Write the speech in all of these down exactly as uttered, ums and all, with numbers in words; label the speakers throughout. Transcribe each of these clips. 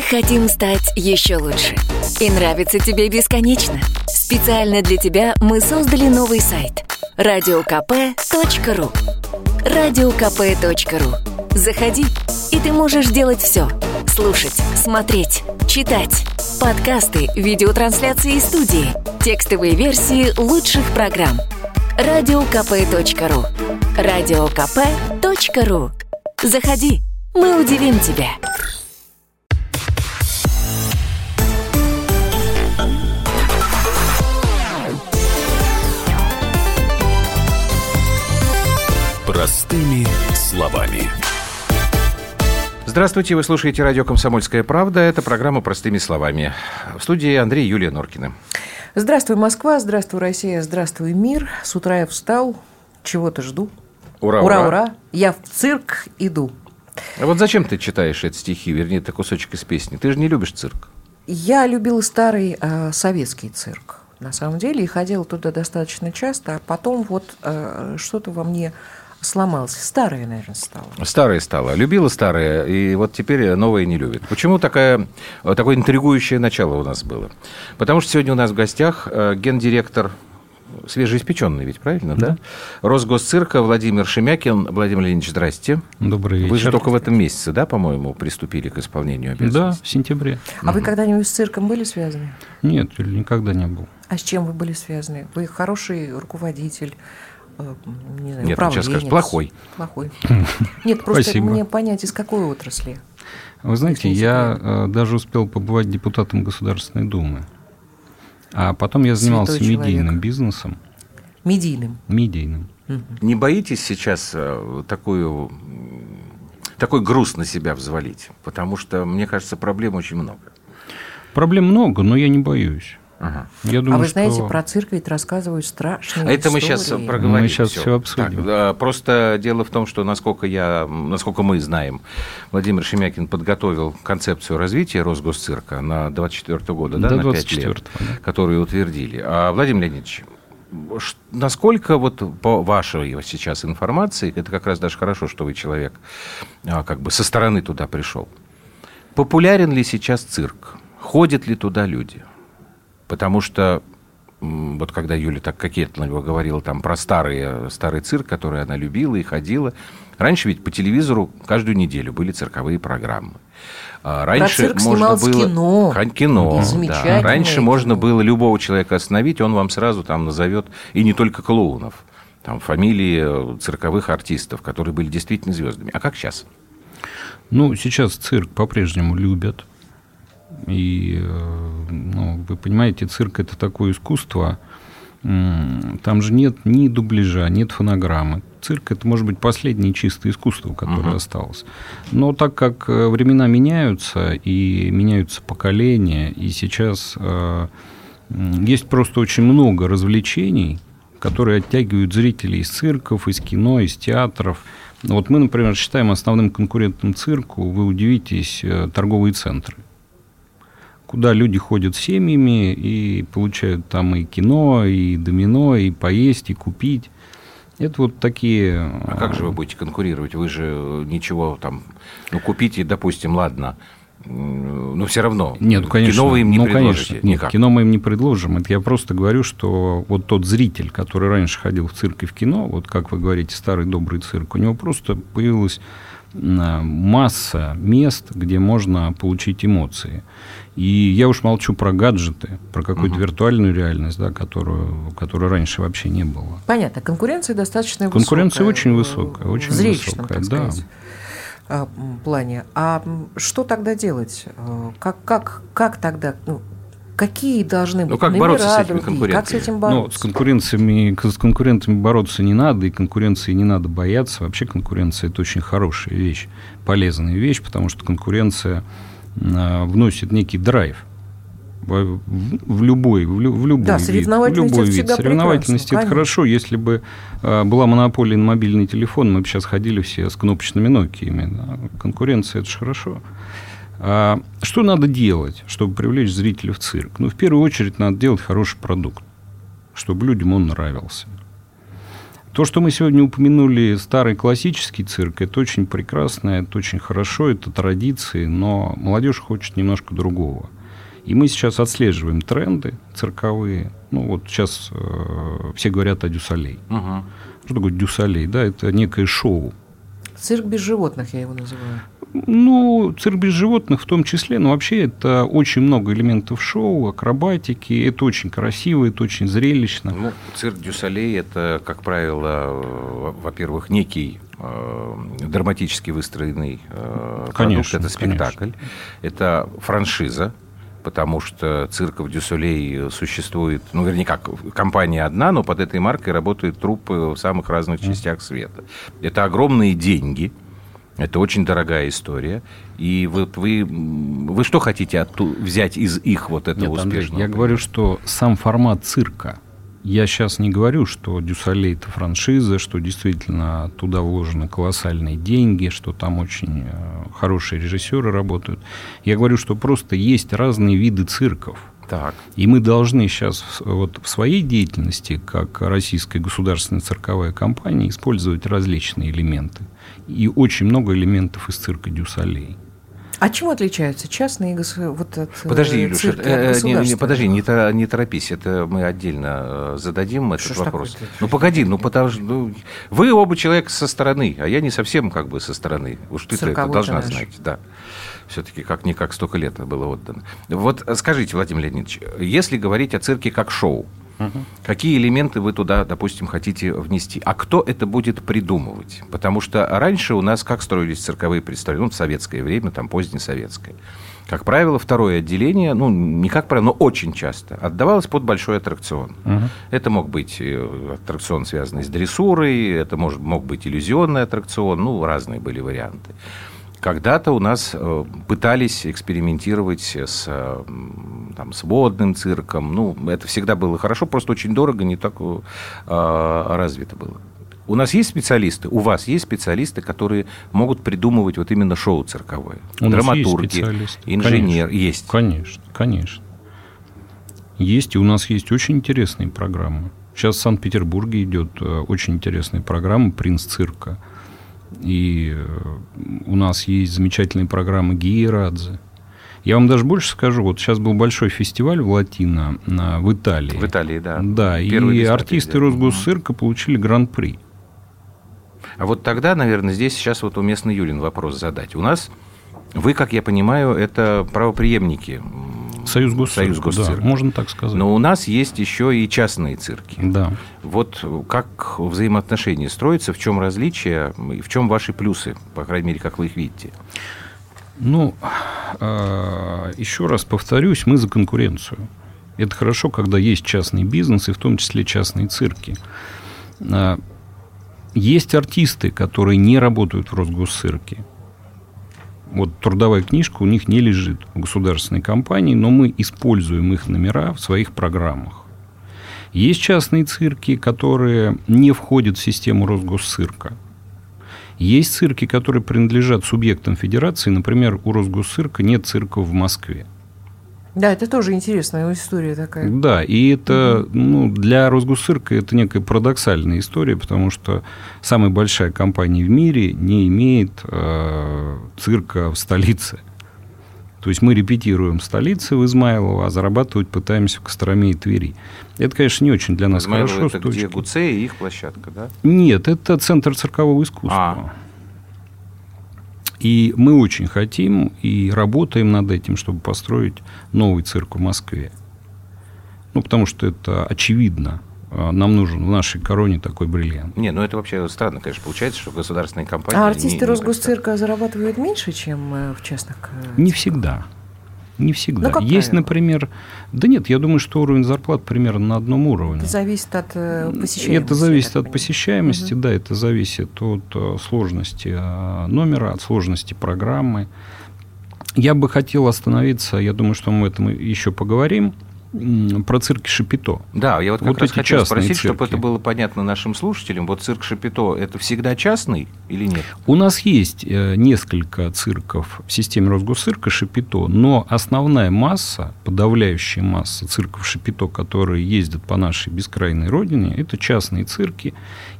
Speaker 1: Хотим стать еще лучше. И нравится тебе бесконечно. Специально для тебя мы создали новый сайт радио ка пэ точка ру. радио ка пэ точка ру. Заходи, и ты можешь делать все. Слушать, смотреть, читать. Подкасты, видеотрансляции из студии, текстовые версии лучших программ. радио ка пэ точка ру. радио ка пэ точка ру. Заходи, мы удивим тебя.
Speaker 2: Простыми словами.
Speaker 3: Здравствуйте, вы слушаете радио «Комсомольская правда». Это программа «Простыми словами». В студии Андрей и Юлия Норкины.
Speaker 4: Здравствуй, Москва, здравствуй, Россия, здравствуй, мир. С утра я встал, чего-то жду.
Speaker 3: Ура,
Speaker 4: ура,
Speaker 3: ура.
Speaker 4: ура. Я в цирк иду.
Speaker 3: А вот зачем ты читаешь эти стихи, вернее, это кусочек из песни? Ты же не любишь цирк.
Speaker 4: Я любила старый э, советский цирк, на самом деле, и ходила туда достаточно часто, а потом вот э, что-то во мне сломалось. Старое, наверное, стало.
Speaker 3: Старое стало. Любила старое, и вот теперь новое не любит. Почему такая, такое интригующее начало у нас было? Потому что сегодня у нас в гостях гендиректор, свежеиспеченный ведь, правильно, да? да? Росгосцирка Владимир Шемякин. Владимир Леонидович, здрасте.
Speaker 5: Добрый вечер.
Speaker 3: Вы же только в этом месяце, да, по-моему, приступили к исполнению обязанностей?
Speaker 5: Да, в сентябре.
Speaker 4: А угу. вы когда-нибудь с цирком были связаны?
Speaker 5: Нет, никогда не был.
Speaker 4: А с чем вы были связаны? Вы хороший руководитель, не знаю,
Speaker 3: Нет,
Speaker 4: управленец.
Speaker 3: сейчас скажешь, плохой.
Speaker 4: Плохой. Нет, просто
Speaker 5: Спасибо.
Speaker 4: Мне понять, из какой отрасли.
Speaker 5: Вы знаете, я даже успел побывать депутатом Государственной Думы. А потом я занимался
Speaker 4: Святой
Speaker 5: медийным
Speaker 4: человек.
Speaker 5: бизнесом.
Speaker 4: Медийным?
Speaker 5: Медийным.
Speaker 4: Угу.
Speaker 3: Не боитесь сейчас такую, такой груз на себя взвалить? Потому что, мне кажется, проблем очень много.
Speaker 5: Проблем много, но я не боюсь.
Speaker 3: Ага.
Speaker 5: Я думаю,
Speaker 4: а вы знаете,
Speaker 5: что...
Speaker 4: про цирк ведь рассказывают страшные
Speaker 3: а это
Speaker 4: истории.
Speaker 3: мы сейчас проговорим.
Speaker 5: Мы сейчас
Speaker 3: все,
Speaker 5: все обсудим.
Speaker 3: Так, да, просто дело в том, что, насколько, я, насколько мы знаем, Владимир Шемякин подготовил концепцию развития Росгосцирка на двадцать четвёртого года, да, на пять лет, да. которую утвердили. А, Владимир Леонидович, насколько вот по вашей сейчас информации, это как раз даже хорошо, что вы человек как бы со стороны туда пришел, популярен ли сейчас цирк? Ходят ли туда люди? Потому что, вот когда Юля так кокетливо говорила там про старый, старый цирк, который она любила и ходила, раньше ведь по телевизору каждую неделю были цирковые программы. Раньше
Speaker 4: про цирк
Speaker 3: можно
Speaker 4: снималось
Speaker 3: было...
Speaker 4: кино.
Speaker 3: Кино, да. Раньше
Speaker 4: кино.
Speaker 3: можно было любого человека остановить, он вам сразу там назовет, и не только клоунов, там фамилии цирковых артистов, которые были действительно звездами. А как сейчас?
Speaker 5: Ну, сейчас цирк по-прежнему любят. И, ну, вы понимаете, цирк – это такое искусство, там же нет ни дубляжа, нет фонограммы. Цирк – это, может быть, последнее чистое искусство, которое uh-huh. осталось. Но так как времена меняются, и меняются поколения, и сейчас э, есть просто очень много развлечений, которые оттягивают зрителей из цирков, из кино, из театров. Вот мы, например, считаем основным конкурентом цирку, вы удивитесь, торговые центры, куда люди ходят с семьями и получают там и кино, и домино, и поесть, и купить. Это вот такие...
Speaker 3: А как же вы будете конкурировать? Вы же ничего там... Ну, купите, допустим, ладно, но все равно.
Speaker 5: Нет, ну, конечно.
Speaker 3: Кино вы им не
Speaker 5: ну,
Speaker 3: предложите
Speaker 5: конечно.
Speaker 3: никак.
Speaker 5: Нет, кино мы им не предложим. Это я просто говорю, что вот тот зритель, который раньше ходил в цирк и в кино, вот как вы говорите, старый добрый цирк, у него просто появилась масса мест, где можно получить эмоции. И я уж молчу про гаджеты, про какую-то uh-huh. виртуальную реальность, да, которую, которой раньше вообще не было.
Speaker 4: Понятно. Конкуренция достаточно
Speaker 5: Конкуренция
Speaker 4: высокая.
Speaker 5: Конкуренция очень высокая. Очень
Speaker 4: в зрелищном,
Speaker 5: высокая,
Speaker 4: так
Speaker 5: да.
Speaker 4: сказать, плане. А что тогда делать? Как, как, как тогда... Ну, какие должны быть
Speaker 3: ну, как
Speaker 4: номера
Speaker 3: бороться с этими
Speaker 4: другие?
Speaker 3: конкурентами?
Speaker 4: Как с этим бороться?
Speaker 5: Ну, с конкуренциями, с конкурентами бороться не надо, и конкуренции не надо бояться. Вообще конкуренция – это очень хорошая вещь, полезная вещь, потому что конкуренция вносит некий драйв в, в любой, в, в любой
Speaker 4: да,
Speaker 5: вид.
Speaker 4: Соревновательность,
Speaker 5: в любой
Speaker 4: это
Speaker 5: вид.
Speaker 4: всегда
Speaker 5: Соревновательность – это хорошо. Если бы была монополия на мобильный телефон, мы бы сейчас ходили все с кнопочными Нокиями. Да. Конкуренция – это же хорошо. А что надо делать, чтобы привлечь зрителя в цирк? Ну, в первую очередь, надо делать хороший продукт, чтобы людям он нравился. То, что мы сегодня упомянули, старый классический цирк, это очень прекрасно, это очень хорошо, это традиции, но молодежь хочет немножко другого. И мы сейчас отслеживаем тренды цирковые. Ну, вот сейчас э, все говорят о Дюсалей. Угу. Что такое Дюсалей? Да, это некое шоу.
Speaker 4: Цирк без животных, я его называю.
Speaker 5: Ну, цирк без животных в том числе, но вообще это очень много элементов шоу, акробатики, это очень красиво, это очень зрелищно.
Speaker 3: Ну, цирк Дюсалей – это, как правило, во-первых, некий э, драматически выстроенный э,
Speaker 5: конечно,
Speaker 3: продукт, это спектакль,
Speaker 5: конечно.
Speaker 3: Это франшиза. Потому что цирков Дюсалей существует, ну, вернее, как, компания одна, но под этой маркой работают труппы в самых разных частях света. Это огромные деньги, это очень дорогая история. И вот вы, вы что хотите отту- взять из их вот этого
Speaker 5: Нет,
Speaker 3: успешного?
Speaker 5: Андрей, я говорю, что сам формат цирка. Я сейчас не говорю, что Дюсалей – это франшиза, что действительно туда вложены колоссальные деньги, что там очень хорошие режиссеры работают. Я говорю, что просто есть разные виды цирков.
Speaker 3: Так.
Speaker 5: И мы должны сейчас вот в своей деятельности, как российская государственная цирковая компания, использовать различные элементы. И очень много элементов из цирка Дюсалей.
Speaker 4: А чем отличаются частные госу... вот от
Speaker 3: Подожди, Илюша,
Speaker 4: э,
Speaker 3: не, не, подожди, не, не торопись, это мы отдельно зададим этот
Speaker 4: Что
Speaker 3: вопрос.
Speaker 4: Такое-то?
Speaker 3: Ну погоди, ну потому что ну, вы оба человека со стороны, а я не совсем как бы со стороны. Уж ты-то это должна знать, да. Все-таки как-никак столько лет было отдано. Вот скажите, Владимир Леонидович, если говорить о цирке как шоу, угу. Какие элементы вы туда, допустим, хотите внести? А кто это будет придумывать? Потому что раньше у нас как строились цирковые представления? Ну, в советское время, там, позднесоветское. Как правило, второе отделение, ну, не как правило, но очень часто отдавалось под большой аттракцион. Угу. Это мог быть аттракцион, связанный с дрессурой, это может, мог быть иллюзионный аттракцион, ну, разные были варианты. Когда-то у нас пытались экспериментировать с, там, с водным цирком. Ну, это всегда было хорошо, просто очень дорого, не так а, развито было. У нас есть специалисты, у вас есть специалисты, которые могут придумывать вот именно шоу цирковое?
Speaker 5: У
Speaker 3: драматурги, инженер,
Speaker 5: конечно,
Speaker 3: есть?
Speaker 5: Конечно, конечно. Есть, и у нас есть очень интересные программы. Сейчас в Санкт-Петербурге идет очень интересная программа «Принц цирка». И у нас есть замечательные программы Гии Радзе. Я вам даже больше скажу. Вот сейчас был большой фестиваль в Латино в Италии.
Speaker 3: В Италии, да.
Speaker 5: Да, и артисты Росгосцирка получили гран-при.
Speaker 3: А вот тогда, наверное, здесь сейчас вот уместно Юлин вопрос задать. У нас, вы, как я понимаю, это правопреемники
Speaker 5: Союз Госцирка,
Speaker 3: Союз Госцирка.
Speaker 5: Да, можно так сказать.
Speaker 3: Но у нас есть еще и частные цирки.
Speaker 5: Да.
Speaker 3: Вот как взаимоотношения строятся, в чем различия, и в чем ваши плюсы, по крайней мере, как вы их видите?
Speaker 5: Ну, еще раз повторюсь, мы за конкуренцию. Это хорошо, когда есть частный бизнес, и в том числе частные цирки. Есть артисты, которые не работают в Росгосцирке. Вот трудовая книжка у них не лежит в государственной компании, но мы используем их номера в своих программах. Есть частные цирки, которые не входят в систему Росгосцирка. Есть цирки, которые принадлежат субъектам федерации. Например, у Росгосцирка нет цирков в Москве.
Speaker 4: Да, это тоже интересная история такая.
Speaker 5: Да, и это, угу. ну, для Росгосцирка это некая парадоксальная история, потому что самая большая компания в мире не имеет э, цирка в столице. То есть мы репетируем в столице в Измайлово, а зарабатывать пытаемся в Костроме и Твери. Это, конечно, не очень для нас
Speaker 3: Измайлово
Speaker 5: хорошо.
Speaker 3: Это где ГУЦЕ и их площадка, да?
Speaker 5: Нет, это Центр циркового искусства. А. И мы очень хотим и работаем над этим, чтобы построить новый цирк в Москве. Ну, потому что это очевидно. Нам нужен в нашей короне такой бриллиант.
Speaker 3: Не, ну это вообще странно, конечно, получается, что государственные компании...
Speaker 4: А артисты
Speaker 3: не, не
Speaker 4: Росгосцирка зарабатывают меньше, чем в частных цирках?
Speaker 5: Не всегда. Не всегда.
Speaker 4: Ну, как
Speaker 5: есть,
Speaker 4: правило?
Speaker 5: Например... Да нет, я думаю, что уровень зарплат примерно на одном уровне.
Speaker 4: Это зависит от посещаемости.
Speaker 5: Это зависит от посещаемости, угу. да, это зависит от сложности номера, от сложности программы. Я бы хотел остановиться, я думаю, что мы об этом еще поговорим, про цирки Шапито.
Speaker 3: Да, я вот как
Speaker 5: вот
Speaker 3: раз хотел спросить,
Speaker 5: цирки.
Speaker 3: чтобы это было понятно нашим слушателям. Вот цирк Шапито – это всегда частный или нет?
Speaker 5: У нас есть несколько цирков в системе Росгосцирка Шапито, но основная масса, подавляющая масса цирков Шапито, которые ездят по нашей бескрайней родине, это частные цирки.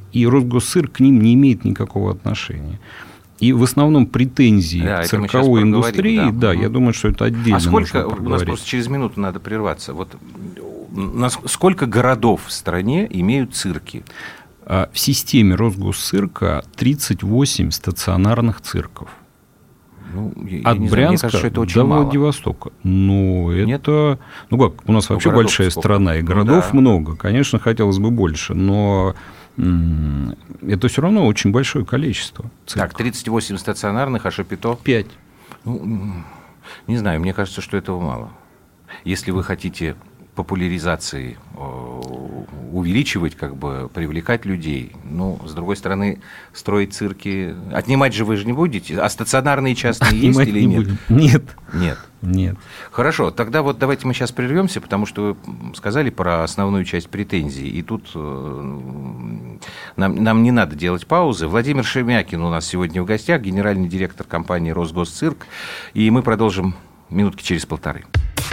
Speaker 5: И Росгосцирк к ним не имеет никакого отношения. И в основном претензии
Speaker 3: да,
Speaker 5: к цирковой индустрии, да, да угу. я думаю, что это отдельно.
Speaker 3: А сколько, у нас просто через минуту надо прерваться, вот сколько городов в стране имеют цирки?
Speaker 5: В системе Росгосцирка тридцать восемь стационарных цирков.
Speaker 3: Ну,
Speaker 5: От Брянска знаю, кажется, что это до мало. Владивостока. Ну, это... Ну, как, у нас ну, вообще большая сколько? Страна, и городов ну, да. много. Конечно, хотелось бы больше, но м- это все равно очень большое количество цирков.
Speaker 3: Так, тридцать восемь стационарных, а Шапито?
Speaker 5: пять.
Speaker 3: Ну, не знаю, мне кажется, что этого мало. Если вы хотите популяризации увеличивать, как бы привлекать людей. Ну, с другой стороны, строить цирки... Отнимать же вы же не будете? А стационарные частные есть или нет?
Speaker 5: Нет.
Speaker 3: Нет.
Speaker 5: Нет.
Speaker 3: Хорошо, тогда вот давайте мы сейчас прервемся, потому что вы сказали про основную часть претензий, и тут нам, нам не надо делать паузы. Владимир Шемякин у нас сегодня в гостях, генеральный директор компании «Росгосцирк», и мы продолжим минутки через полторы.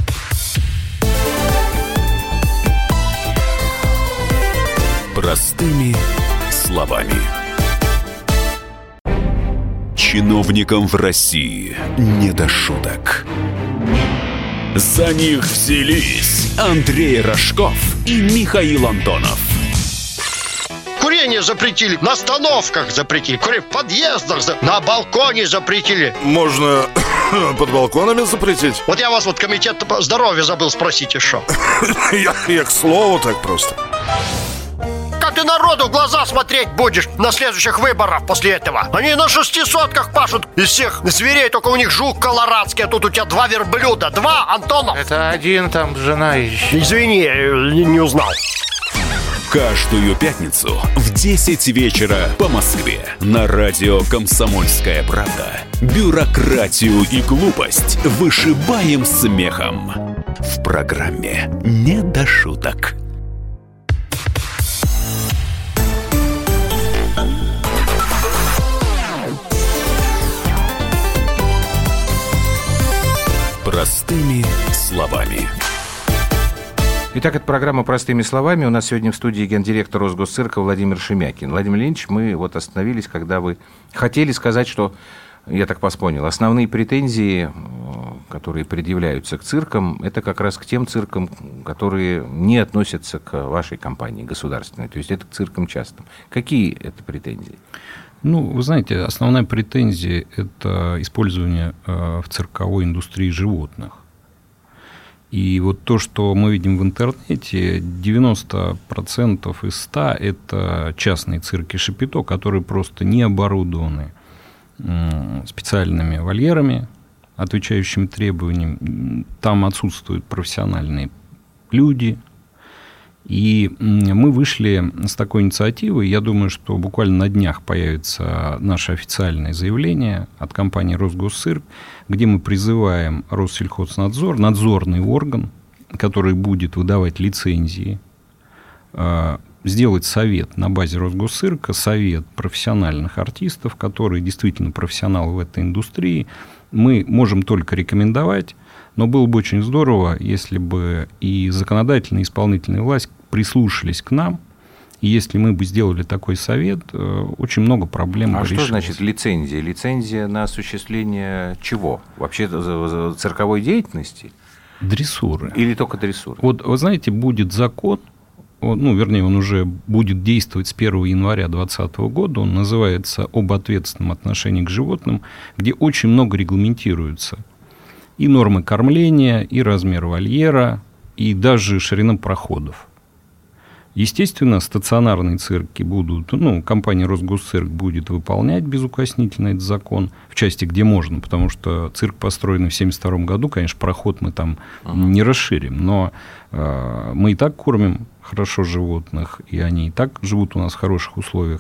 Speaker 2: Простыми словами. Чиновникам в России не до шуток. За них взялись Андрей Рожков и Михаил Антонов.
Speaker 6: Курение запретили, на остановках запретили, курение в подъездах, на балконе запретили.
Speaker 7: Можно под балконами запретить?
Speaker 6: Вот я вас вот комитет здоровья забыл спросить еще.
Speaker 7: я, я к слову так просто.
Speaker 6: Как ты народу в глаза смотреть будешь на следующих выборах после этого? Они на шестисотках пашут из всех зверей, только у них жук колорадский, а тут у тебя два верблюда. Два, Антонов.
Speaker 8: Это один, там жена еще.
Speaker 6: Извини, не, не узнал.
Speaker 2: Каждую пятницу в десять вечера по Москве на радио «Комсомольская правда». Бюрократию и глупость вышибаем смехом. В программе «Не до шуток». Простыми словами.
Speaker 3: Итак, это программа «Простыми словами». У нас сегодня в студии гендиректор Росгосцирка Владимир Шемякин. Владимир Ильич, мы вот остановились, когда вы хотели сказать, что, я так понял, основные претензии, которые предъявляются к циркам, это как раз к тем циркам, которые не относятся к вашей компании государственной, то есть это к циркам частным. Какие это претензии?
Speaker 5: Ну, вы знаете, основная претензия – это использование в цирковой индустрии животных. И вот то, что мы видим в интернете, девяносто процентов из ста – это частные цирки Шапито, которые просто не оборудованы специальными вольерами, отвечающими требованиям. Там отсутствуют профессиональные люди. И мы вышли с такой инициативой. Я думаю, что буквально на днях появится наше официальное заявление от компании «Росгосцирк», где мы призываем Россельхознадзор, надзорный орган, который будет выдавать лицензии, сделать совет на базе Росгосцирка, совет профессиональных артистов, которые действительно профессионалы в этой индустрии. Мы можем только рекомендовать, но было бы очень здорово, если бы и законодательная, и исполнительная власть прислушались к нам, и если мы бы сделали такой совет, очень много проблем бы
Speaker 3: решилось. А что значит лицензия? Лицензия на осуществление чего? Вообще цирковой деятельности?
Speaker 5: Дрессуры.
Speaker 3: Или только дрессуры?
Speaker 5: Вот, вы знаете, будет закон, ну, вернее, он уже будет действовать с первого января двадцатого года, он называется «Об ответственном отношении к животным», где очень много регламентируется. И нормы кормления, и размер вольера, и даже ширина проходов. Естественно, стационарные цирки будут, ну, компания «Росгосцирк» будет выполнять безукоснительно этот закон в части, где можно, потому что цирк построен в семьдесят втором году, конечно, проход мы там ага. не расширим, но э, мы и так кормим хорошо животных, и они и так живут у нас в хороших условиях.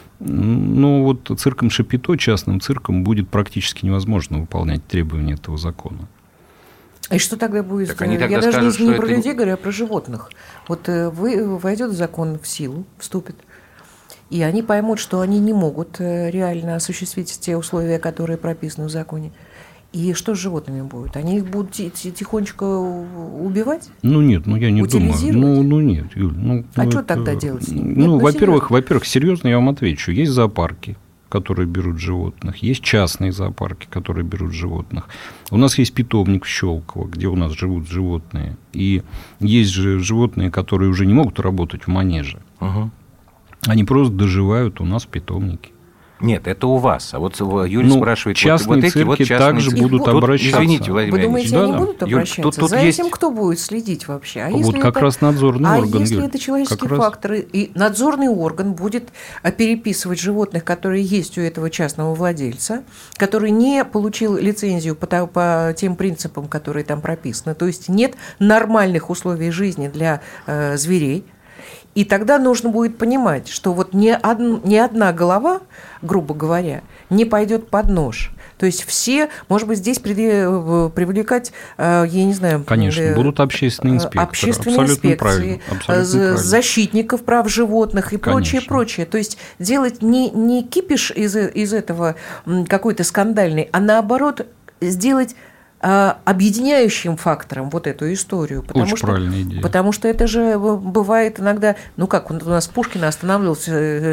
Speaker 5: Но вот цирком Шапито, частным цирком, будет практически невозможно выполнять требования этого закона.
Speaker 4: И что тогда будет?
Speaker 3: Так они тогда
Speaker 4: Я даже
Speaker 3: скажут,
Speaker 4: не, не
Speaker 3: что
Speaker 4: про
Speaker 3: это...
Speaker 4: людей говорю, а про животных. Вот вы, войдет закон в силу, вступит, и они поймут, что они не могут реально осуществить те условия, которые прописаны в законе. И что с животными будет? Они их будут тихонечко убивать?
Speaker 5: Ну нет, ну я не думаю. Ну, ну нет, Юль. Ну,
Speaker 4: а
Speaker 5: ну,
Speaker 4: что
Speaker 5: это...
Speaker 4: тогда делать?
Speaker 5: Ну,
Speaker 4: нет, ну,
Speaker 5: во-первых,
Speaker 4: серьезно.
Speaker 5: во-первых, серьезно я вам отвечу. Есть зоопарки, которые берут животных. Есть частные зоопарки, которые берут животных. У нас есть питомник в Щелково, где у нас живут животные. И есть же животные, которые уже не могут работать в манеже. Угу. Они просто доживают у нас в питомнике.
Speaker 3: Нет, это у вас. А вот Юрий ну, спрашивает,
Speaker 5: частные
Speaker 3: вот, вот эти вот частные
Speaker 5: также
Speaker 3: цирки
Speaker 5: будут
Speaker 3: тут,
Speaker 5: обращаться.
Speaker 3: Извините, Владимир
Speaker 4: Вы думаете,
Speaker 3: Леонидович,
Speaker 4: они
Speaker 5: да,
Speaker 4: будут
Speaker 5: да.
Speaker 4: обращаться?
Speaker 3: Юль, тут,
Speaker 4: За
Speaker 3: тут
Speaker 4: этим
Speaker 3: есть...
Speaker 4: кто будет следить вообще? А
Speaker 5: вот
Speaker 4: если
Speaker 5: как
Speaker 4: это...
Speaker 5: раз надзорный
Speaker 4: а
Speaker 5: орган.
Speaker 4: А если
Speaker 5: Юль,
Speaker 4: это человеческий
Speaker 5: раз...
Speaker 4: фактор, и надзорный орган будет переписывать животных, которые есть у этого частного владельца, который не получил лицензию по, по тем принципам, которые там прописаны, то есть нет нормальных условий жизни для э, зверей, и тогда нужно будет понимать, что вот ни, од... ни одна голова, грубо говоря, не пойдет под нож. То есть все, может быть, здесь привлекать, я не знаю...
Speaker 5: Конечно, будут общественные инспекторы.
Speaker 4: Общественные
Speaker 5: абсолютно
Speaker 4: инспекции,
Speaker 5: правильно, абсолютно правильно.
Speaker 4: Защитников прав животных и прочее, прочее. То есть делать не, не кипиш из, из этого какой-то скандальный, а наоборот сделать... объединяющим фактором вот эту историю. Потому
Speaker 5: Очень
Speaker 4: что,
Speaker 5: правильная идея.
Speaker 4: Потому что это же бывает иногда... Ну как, у нас Пушкин останавливался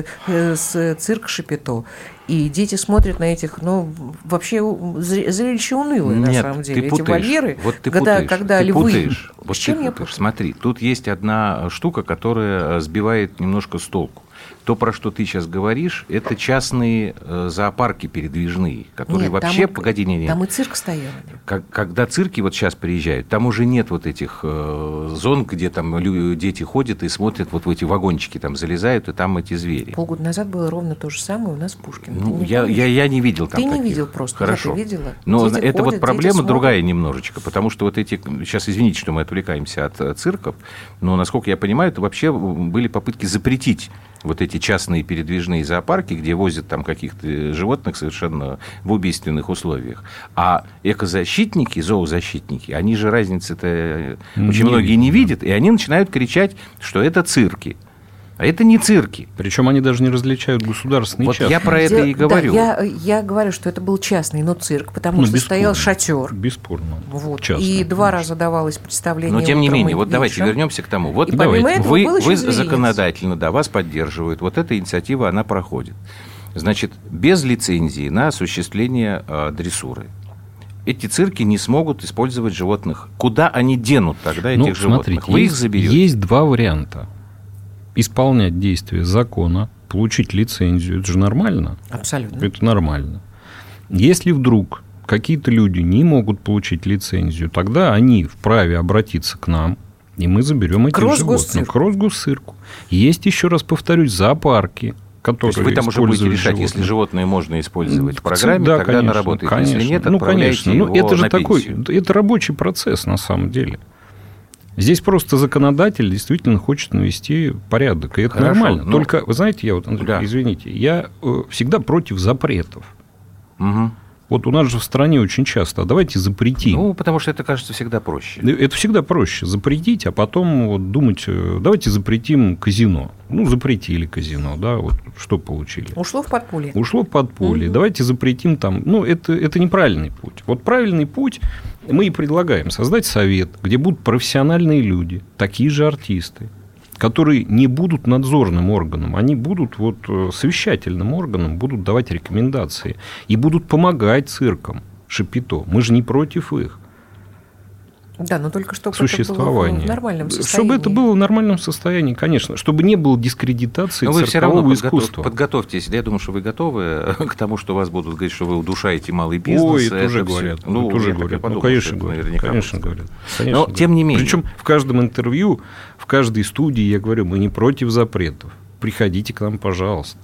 Speaker 4: с цирка Шапито, и дети смотрят на этих, ну, вообще зрелище унылое,
Speaker 3: Нет,
Speaker 4: на самом деле.
Speaker 3: ты
Speaker 4: Эти
Speaker 3: путаешь.
Speaker 4: вольеры,
Speaker 3: вот ты
Speaker 4: когда,
Speaker 3: путаешь.
Speaker 4: когда
Speaker 3: ты
Speaker 4: львы...
Speaker 3: Путаешь. Вот
Speaker 4: с чем
Speaker 3: ты
Speaker 4: я
Speaker 3: путаешь.
Speaker 4: путаю?
Speaker 3: Смотри, тут есть одна штука, которая сбивает немножко с толку. То, про что ты сейчас говоришь, это частные э, зоопарки передвижные, которые
Speaker 4: нет,
Speaker 3: вообще...
Speaker 4: Там
Speaker 3: Погоди, не, не.
Speaker 4: Там и цирк стоял.
Speaker 3: Как, когда цирки вот сейчас приезжают, там уже нет вот этих э, зон, где там люди, дети ходят и смотрят, вот в эти вагончики там залезают, и там эти звери.
Speaker 4: Полгода назад было ровно то же самое у нас в Пушкине.
Speaker 3: Ну, я, я, я не видел там
Speaker 4: Ты
Speaker 3: таких.
Speaker 4: не видел просто,
Speaker 3: Хорошо.
Speaker 4: Я видела.
Speaker 3: Но
Speaker 4: дети
Speaker 3: это
Speaker 4: ходят,
Speaker 3: вот проблема
Speaker 4: дети
Speaker 3: другая немножечко, потому что вот эти... Сейчас, извините, что мы отвлекаемся от цирков, но, насколько я понимаю, это вообще были попытки запретить вот эти частные передвижные зоопарки, где возят там каких-то животных совершенно в убийственных условиях. А экозащитники, зоозащитники, они же разницы-то не очень многие видно. не видят, и они начинают кричать, что это цирки. А это не цирки.
Speaker 5: Причем они даже не различают государственные
Speaker 3: вот
Speaker 5: частные.
Speaker 3: Я про это
Speaker 4: я,
Speaker 3: и говорю.
Speaker 4: Да, я, я говорю, что это был частный, но цирк, потому
Speaker 5: ну,
Speaker 4: что
Speaker 5: бесспорно,
Speaker 4: стоял шатер.
Speaker 5: Бесспорно.
Speaker 4: Вот,
Speaker 5: Частный,
Speaker 4: и
Speaker 5: конечно.
Speaker 4: два раза давалось представление.
Speaker 3: Но тем не менее, вот
Speaker 4: вечером.
Speaker 3: давайте вернемся к тому. Вот
Speaker 4: и помимо этого
Speaker 3: вы,
Speaker 4: был еще
Speaker 3: вы
Speaker 4: зверинец.
Speaker 3: законодательно, да, вас поддерживают. Вот эта инициатива, она проходит. Значит, без лицензии на осуществление э, дрессуры эти цирки не смогут использовать животных. Куда они денут тогда этих
Speaker 5: ну,
Speaker 3: животных?
Speaker 5: Смотрите,
Speaker 3: Вы
Speaker 5: есть,
Speaker 3: их заберете?
Speaker 5: Есть два варианта. Исполнять действия закона, получить лицензию. Это же нормально.
Speaker 4: Абсолютно.
Speaker 5: Это нормально. Если вдруг какие-то люди не могут получить лицензию, тогда они вправе обратиться к нам, и мы заберем этих животных. К Росгосцирку. Есть, еще раз повторюсь, зоопарки, которые
Speaker 3: То есть вы там уже будете решать,
Speaker 5: животных.
Speaker 3: Если животные можно использовать в программе,
Speaker 5: да,
Speaker 3: тогда
Speaker 5: конечно,
Speaker 3: она работает.
Speaker 5: Конечно.
Speaker 3: Если нет,
Speaker 5: ну,
Speaker 3: отправляйте
Speaker 5: конечно.
Speaker 3: его
Speaker 5: Ну, это же
Speaker 3: на
Speaker 5: такой,
Speaker 3: пенсию.
Speaker 5: это рабочий процесс на самом деле. Здесь просто законодатель действительно хочет навести порядок, и это
Speaker 3: Хорошо,
Speaker 5: нормально.
Speaker 3: но...
Speaker 5: Только, вы знаете, я вот, Андрей,
Speaker 3: да.
Speaker 5: извините, я э, всегда против запретов.
Speaker 3: Угу.
Speaker 5: Вот у нас же в стране очень часто, а давайте запретим.
Speaker 3: Ну, потому что это кажется всегда проще.
Speaker 5: Это всегда проще запретить, а потом вот думать, давайте запретим казино. Ну, запретили казино, да, вот что получили.
Speaker 4: Ушло в подполье.
Speaker 5: Ушло в подполье.
Speaker 4: Угу.
Speaker 5: Давайте запретим там. Ну, это, это неправильный путь. Вот правильный путь мы и предлагаем создать совет, где будут профессиональные люди, такие же артисты, которые не будут надзорным органом, они будут вот совещательным органом, будут давать рекомендации и будут помогать циркам Шапито. Мы же не против их.
Speaker 4: Да, но только чтобы
Speaker 5: существования.
Speaker 4: Это было в нормальном состоянии.
Speaker 5: Чтобы это было в нормальном состоянии, конечно. Чтобы не было дискредитации
Speaker 3: но вы все равно
Speaker 5: циркового
Speaker 3: подготов...
Speaker 5: искусства.
Speaker 3: подготовьтесь. Я думаю, что вы готовы к тому, что вас будут говорить, что вы удушаете малый бизнес.
Speaker 5: Ой, это, это уже
Speaker 3: все...
Speaker 5: говорят.
Speaker 3: Ну,
Speaker 5: это уже
Speaker 3: говорят.
Speaker 5: Подумал, ну, конечно, говорят. Конечно, говорят. Конечно,
Speaker 3: но,
Speaker 5: говорят.
Speaker 3: тем не менее.
Speaker 5: Причем в каждом интервью, в каждой студии я говорю, мы не против запретов. Приходите к нам, пожалуйста.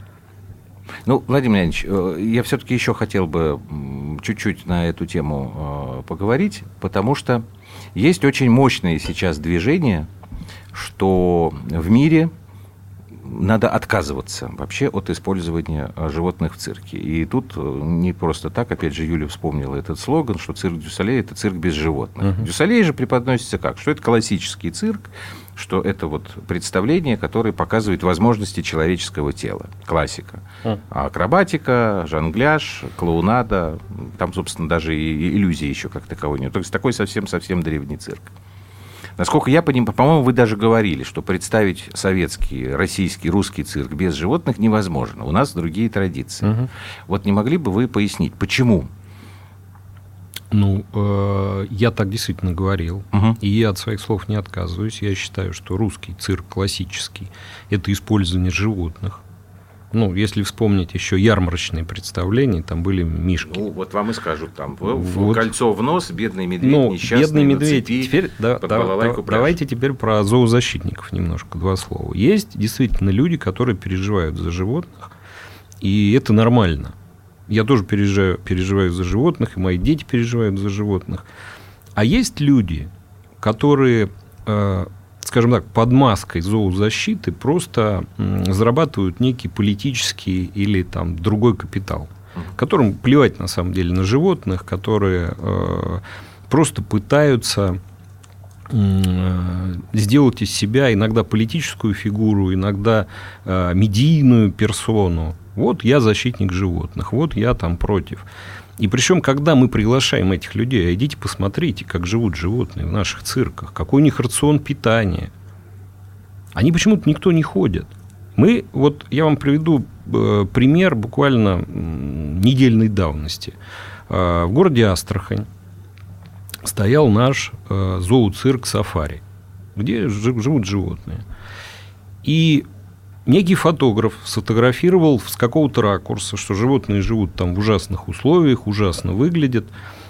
Speaker 3: Ну, Владимир Леонидович, я все-таки еще хотел бы чуть-чуть на эту тему поговорить, потому что есть очень мощное сейчас движение, что в мире надо отказываться вообще от использования животных в цирке. И тут не просто так, опять же, Юля вспомнила этот слоган, что цирк Дю-Солей – это цирк без животных. Uh-huh. Дю-Солей же преподносится как? Что это классический цирк, что это вот представление, которое показывает возможности человеческого тела. Классика. Uh-huh. Акробатика, жонгляж, клоунада, там, собственно, даже и иллюзии еще как таковой нет. То есть такой совсем-совсем древний цирк. Насколько я понимаю, по-моему, вы даже говорили, что представить советский, российский, русский цирк без животных невозможно. У нас другие традиции. Угу. Вот не могли бы вы пояснить, почему?
Speaker 5: Ну, э, я так действительно говорил, угу. и я от своих слов не отказываюсь. Я считаю, что русский цирк классический – это использование животных. Ну, если вспомнить еще ярмарочные представления, там были мишки.
Speaker 3: Ну, вот вам и скажут, там, вот. Кольцо в нос, бедный медведь, ну, несчастный,
Speaker 5: бедный медведь. Теперь, да, да, да, давайте теперь про зоозащитников немножко, два слова. Есть действительно люди, которые переживают за животных, и это нормально. Я тоже переживаю, переживаю за животных, и мои дети переживают за животных. А есть люди, которые... скажем так, под маской зоозащиты просто зарабатывают некий политический или там другой капитал, которым плевать на самом деле на животных, которые э, просто пытаются э, сделать из себя иногда политическую фигуру, иногда э, медийную персону. Вот я защитник животных, вот я там против. И причем, когда мы приглашаем этих людей, а идите посмотрите, как живут животные в наших цирках, какой у них рацион питания, они почему-то никто не ходит. Мы, вот я вам приведу пример буквально недельной давности. В городе Астрахань стоял наш зооцирк «Сафари», где живут животные. И некий фотограф сфотографировал с какого-то ракурса, что животные живут там в ужасных условиях, ужасно выглядят.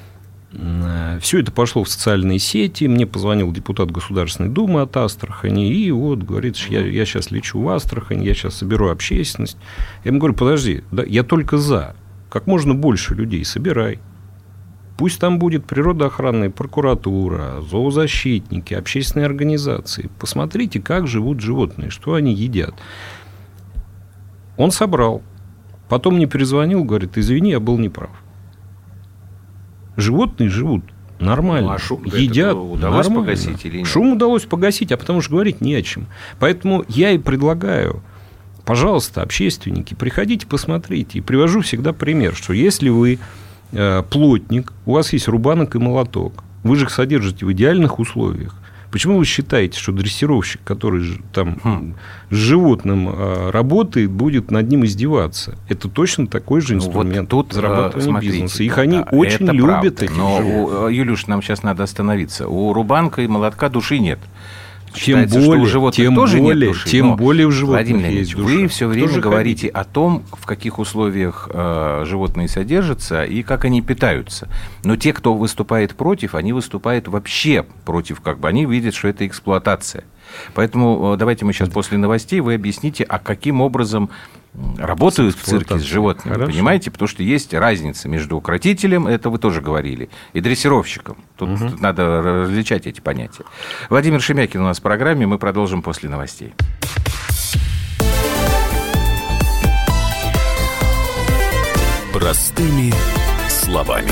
Speaker 5: Все это пошло в социальные сети. Мне позвонил депутат Государственной Думы от Астрахани. И вот говорит, что я, я сейчас лечу в Астрахань, я сейчас соберу общественность. Я ему говорю, подожди, да, я только за. Как можно больше людей собирай. Пусть там будет природоохранная прокуратура, зоозащитники, общественные организации. Посмотрите, как живут животные, что они едят. Он собрал. Потом мне перезвонил, говорит, извини, я был неправ. Животные живут нормально, ну, а шум, едят
Speaker 3: удалось
Speaker 5: нормально.
Speaker 3: Погасить или нет?
Speaker 5: Шум удалось погасить, а потому что говорить не о чем. Поэтому я и предлагаю, пожалуйста, общественники, приходите, посмотрите. И привожу всегда пример, что если вы плотник, у вас есть рубанок и молоток, вы же их содержите в идеальных условиях. Почему вы считаете, что дрессировщик, который там хм. с животным работает, будет над ним издеваться? Это точно такой же инструмент ну, вот тут, зарабатывания смотрите, бизнеса. Их они да, очень любят. Этих
Speaker 3: Но, у, Юлюш, нам сейчас надо остановиться. У рубанка и молотка души нет.
Speaker 5: Тем Считается, более, что у животных тем тоже более, нет души. Тем но, более у животных
Speaker 3: Владимир
Speaker 5: есть душа.
Speaker 3: Вы все время тоже говорите ходите. О том, в каких условиях э, животные содержатся и как они питаются. Но те, кто выступает против, они выступают вообще против, как бы они видят, что это эксплуатация. Поэтому э, давайте мы сейчас после новостей вы объясните, а каким образом работают в цирке с животными. Хорошо. Понимаете? Потому что есть разница между укротителем, это вы тоже говорили, и дрессировщиком. Тут, угу. тут надо различать эти понятия. Владимир Шемякин у нас в программе. Мы продолжим после новостей.
Speaker 2: Простыми словами.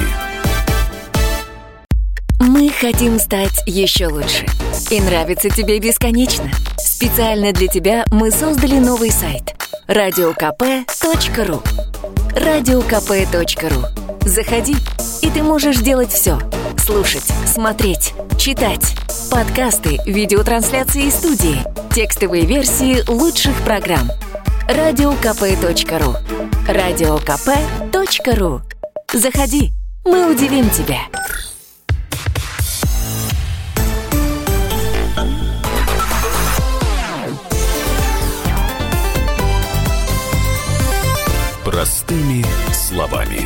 Speaker 1: Мы хотим стать еще лучше. И нравится тебе бесконечно. Специально для тебя мы создали новый сайт – радио ка пэ точка ру. радио ка пэ точка ру. Заходи, и ты можешь делать все. Слушать, смотреть, читать. Подкасты, видеотрансляции из студии, текстовые версии лучших программ. радио ка пэ точка ру. радио ка пэ точка ру. Заходи, мы удивим тебя.
Speaker 2: Простыми словами.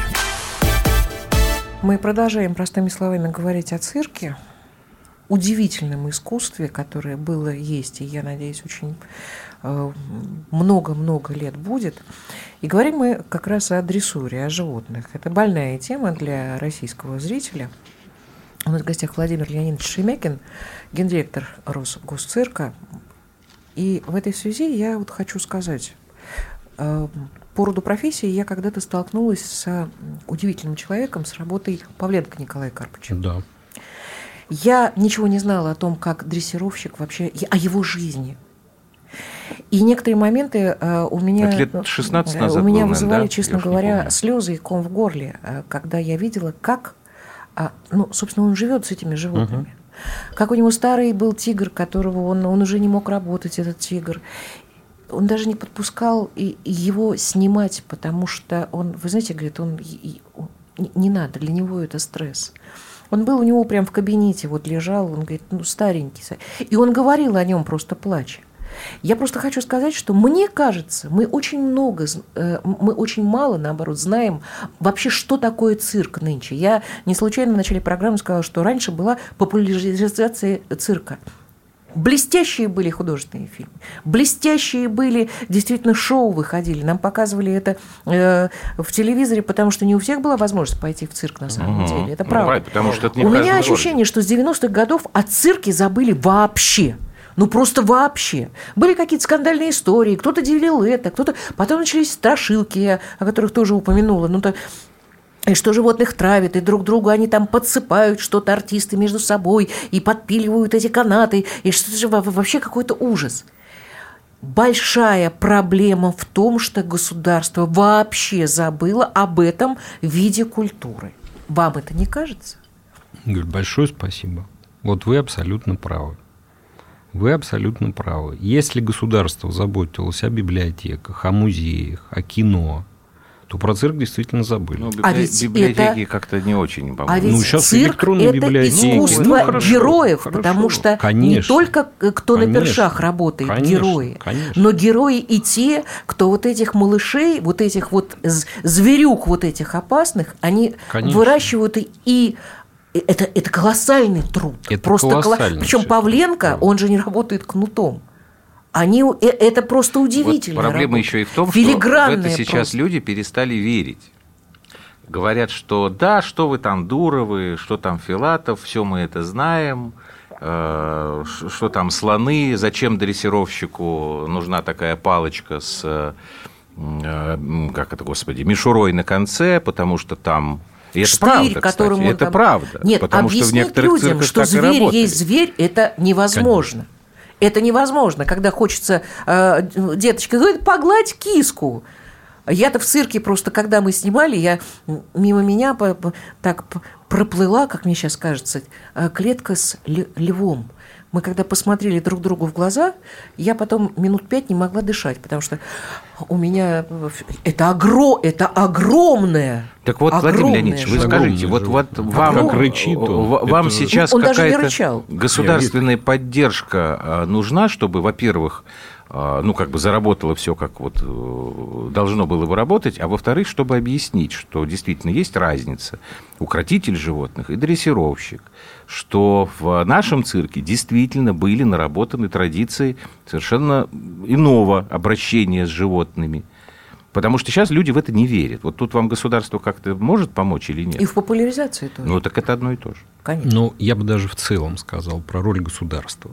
Speaker 4: Мы продолжаем простыми словами говорить о цирке, удивительном искусстве, которое было, есть, и, я надеюсь, очень много-много лет будет. И говорим мы как раз о дрессуре, о животных. Это больная тема для российского зрителя. У нас в гостях Владимир Леонидович Шемякин, гендиректор Росгосцирка. И в этой связи я вот хочу сказать, по роду профессии я когда-то столкнулась с удивительным человеком, с работой Павленко Николая Карповича.
Speaker 5: Да.
Speaker 4: Я ничего не знала о том, как дрессировщик вообще, о его жизни. И некоторые моменты uh, у меня,
Speaker 3: это лет шестнадцать назад
Speaker 4: у меня
Speaker 3: был,
Speaker 4: вызывали,
Speaker 3: да?
Speaker 4: честно говоря, слезы и ком в горле, когда я видела, как, ну, собственно, он живет с этими животными. Uh-huh. Как у него старый был тигр, которого он, он уже не мог работать, этот тигр. Он даже не подпускал и его снимать, потому что он, вы знаете, говорит, он не надо, для него это стресс. Он был у него прям в кабинете, вот лежал, он говорит, ну, старенький. И он говорил о нем, просто плача. Я просто хочу сказать, что мне кажется, мы очень много, мы очень мало, наоборот, знаем вообще, что такое цирк нынче. Я не случайно в начале программы сказала, что раньше была популяризация цирка. Блестящие были художественные фильмы, блестящие были, действительно, шоу выходили. Нам показывали это э, в телевизоре, потому что не у всех была возможность пойти в цирк, на самом угу. деле. Это
Speaker 3: ну,
Speaker 4: правда.
Speaker 3: Right, потому что это не
Speaker 4: у меня
Speaker 3: городе.
Speaker 4: ощущение, что с девяностых годов о цирке забыли вообще. Ну, просто вообще. Были какие-то скандальные истории, кто-то делил это, кто-то... Потом начались страшилки, я, о которых тоже упомянула. Ну, то... И что животных травят, и друг другу они там подсыпают что-то, артисты между собой, и подпиливают эти канаты, и что-то же вообще какой-то ужас. Большая проблема в том, что государство вообще забыло об этом виде культуры. Вам это не кажется?
Speaker 5: Большое спасибо. Вот вы абсолютно правы. Вы абсолютно правы. Если государство заботилось о библиотеках, о музеях, о кино, то про цирк действительно забыли.
Speaker 3: Ну, библи...
Speaker 4: а ведь
Speaker 3: библиотеки
Speaker 4: это...
Speaker 3: как-то не очень, по-моему.
Speaker 4: А ведь
Speaker 5: ну, сейчас
Speaker 4: цирк – это искусство
Speaker 5: ну, хорошо,
Speaker 4: героев,
Speaker 5: хорошо.
Speaker 4: потому что
Speaker 5: Конечно.
Speaker 4: не только кто
Speaker 5: Конечно.
Speaker 4: на першах работает,
Speaker 5: Конечно.
Speaker 4: герои,
Speaker 5: Конечно.
Speaker 4: но герои и те, кто вот этих малышей, вот этих вот зверюк вот этих опасных, они Конечно. выращивают и... и это, это колоссальный труд.
Speaker 5: Это
Speaker 4: просто колоссальный. Причем Павленко, труд. Он же не работает кнутом. Они, это просто удивительно.
Speaker 3: Вот проблема
Speaker 4: работа.
Speaker 3: еще и в том, что в это сейчас
Speaker 4: просто.
Speaker 3: Люди перестали верить. Говорят, что да, что вы там Дуровы, что там Филатов, все мы это знаем, э, что там слоны, зачем дрессировщику нужна такая палочка с, э, как это, господи, мишурой на конце, потому что там... И это
Speaker 4: штырь,
Speaker 3: правда, кстати, это
Speaker 4: там...
Speaker 3: правда.
Speaker 4: Нет,
Speaker 3: потому что в некоторых
Speaker 4: людям,
Speaker 3: цирках
Speaker 4: что
Speaker 3: так
Speaker 4: зверь
Speaker 3: и работали.
Speaker 4: есть зверь, это невозможно. Конечно. Это невозможно, когда хочется, э, деточка говорит, погладь киску. Я-то в цирке просто, когда мы снимали, я мимо меня по, по, так проплыла, как мне сейчас кажется, клетка с львом. Мы когда посмотрели друг другу в глаза, я потом минут пять не могла дышать, потому что у меня это, огро... это огромное.
Speaker 3: Так вот, Владимир Леонидович, вы скажите, вот, вот вам,
Speaker 5: как рычит он.
Speaker 3: Вам
Speaker 5: это...
Speaker 3: сейчас
Speaker 4: он
Speaker 3: какая-то государственная поддержка нужна, чтобы, во-первых, ну, как бы заработало все, как вот должно было бы работать, а во-вторых, чтобы объяснить, что действительно есть разница укротитель животных и дрессировщик, что в нашем цирке действительно были наработаны традиции совершенно иного обращения с животными. Потому что сейчас люди в это не верят. Вот тут вам государство как-то может помочь или нет?
Speaker 4: И в популяризации тоже.
Speaker 3: Ну, так это одно и то же.
Speaker 4: Конечно.
Speaker 5: Ну, я бы даже в целом сказал про роль государства.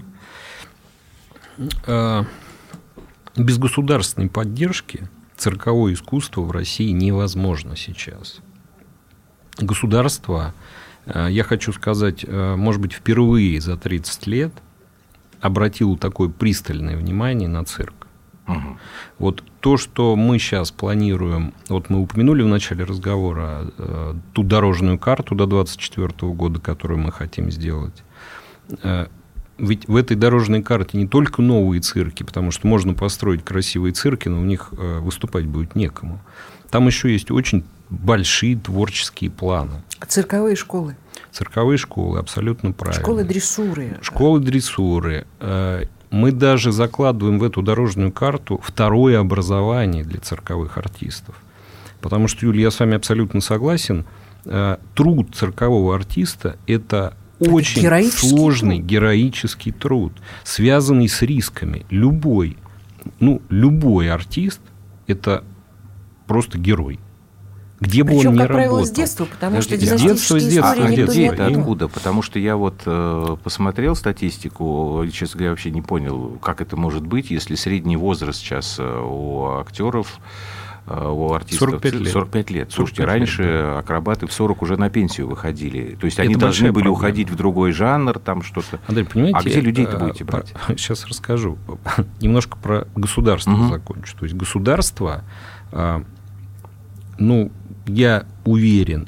Speaker 5: Без государственной поддержки цирковое искусство в России невозможно сейчас. Государство, я хочу сказать, может быть, впервые за тридцать лет обратило такое пристальное внимание на цирк. Угу. Вот то, что мы сейчас планируем, вот мы упомянули в начале разговора ту дорожную карту до двадцать четвёртого года, которую мы хотим сделать. Ведь в этой дорожной карте не только новые цирки, потому что можно построить красивые цирки, но в них выступать будет некому. Там еще есть очень большие творческие планы.
Speaker 4: Цирковые школы.
Speaker 5: Цирковые школы, абсолютно правильно.
Speaker 4: Школы дрессуры.
Speaker 5: Школы дрессуры. Мы даже закладываем в эту дорожную карту второе образование для цирковых артистов. Потому что, Юлия, я с вами абсолютно согласен. Труд циркового артиста – это очень сложный труд. героический труд, связанный с рисками. Любой, ну, любой артист – это просто герой. Где бы
Speaker 4: Причем,
Speaker 5: он ни
Speaker 4: как правило,
Speaker 5: работал.
Speaker 4: с детства, потому что
Speaker 5: С детства, с
Speaker 4: династические
Speaker 5: детства.
Speaker 4: истории
Speaker 3: А
Speaker 4: никто
Speaker 3: где
Speaker 4: не
Speaker 3: это
Speaker 4: отменял.
Speaker 3: откуда? Потому что я вот э, посмотрел статистику, и, честно говоря, вообще не понял, как это может быть, если средний возраст сейчас э, у актеров, э, у артистов
Speaker 5: сорок пять лет.
Speaker 3: сорок пять лет. Слушайте,
Speaker 5: сорок пять
Speaker 3: раньше
Speaker 5: лет, да.
Speaker 3: акробаты в сорок уже на пенсию выходили. То есть
Speaker 5: Это
Speaker 3: они должны были
Speaker 5: проблема.
Speaker 3: уходить в другой жанр, там что-то.
Speaker 5: Андрей, понимаете,
Speaker 3: А где людей-то
Speaker 5: э,
Speaker 3: будете брать?
Speaker 5: Сейчас расскажу. Немножко про государство
Speaker 3: Мгм.
Speaker 5: закончу. То есть государство, э, ну, я уверен,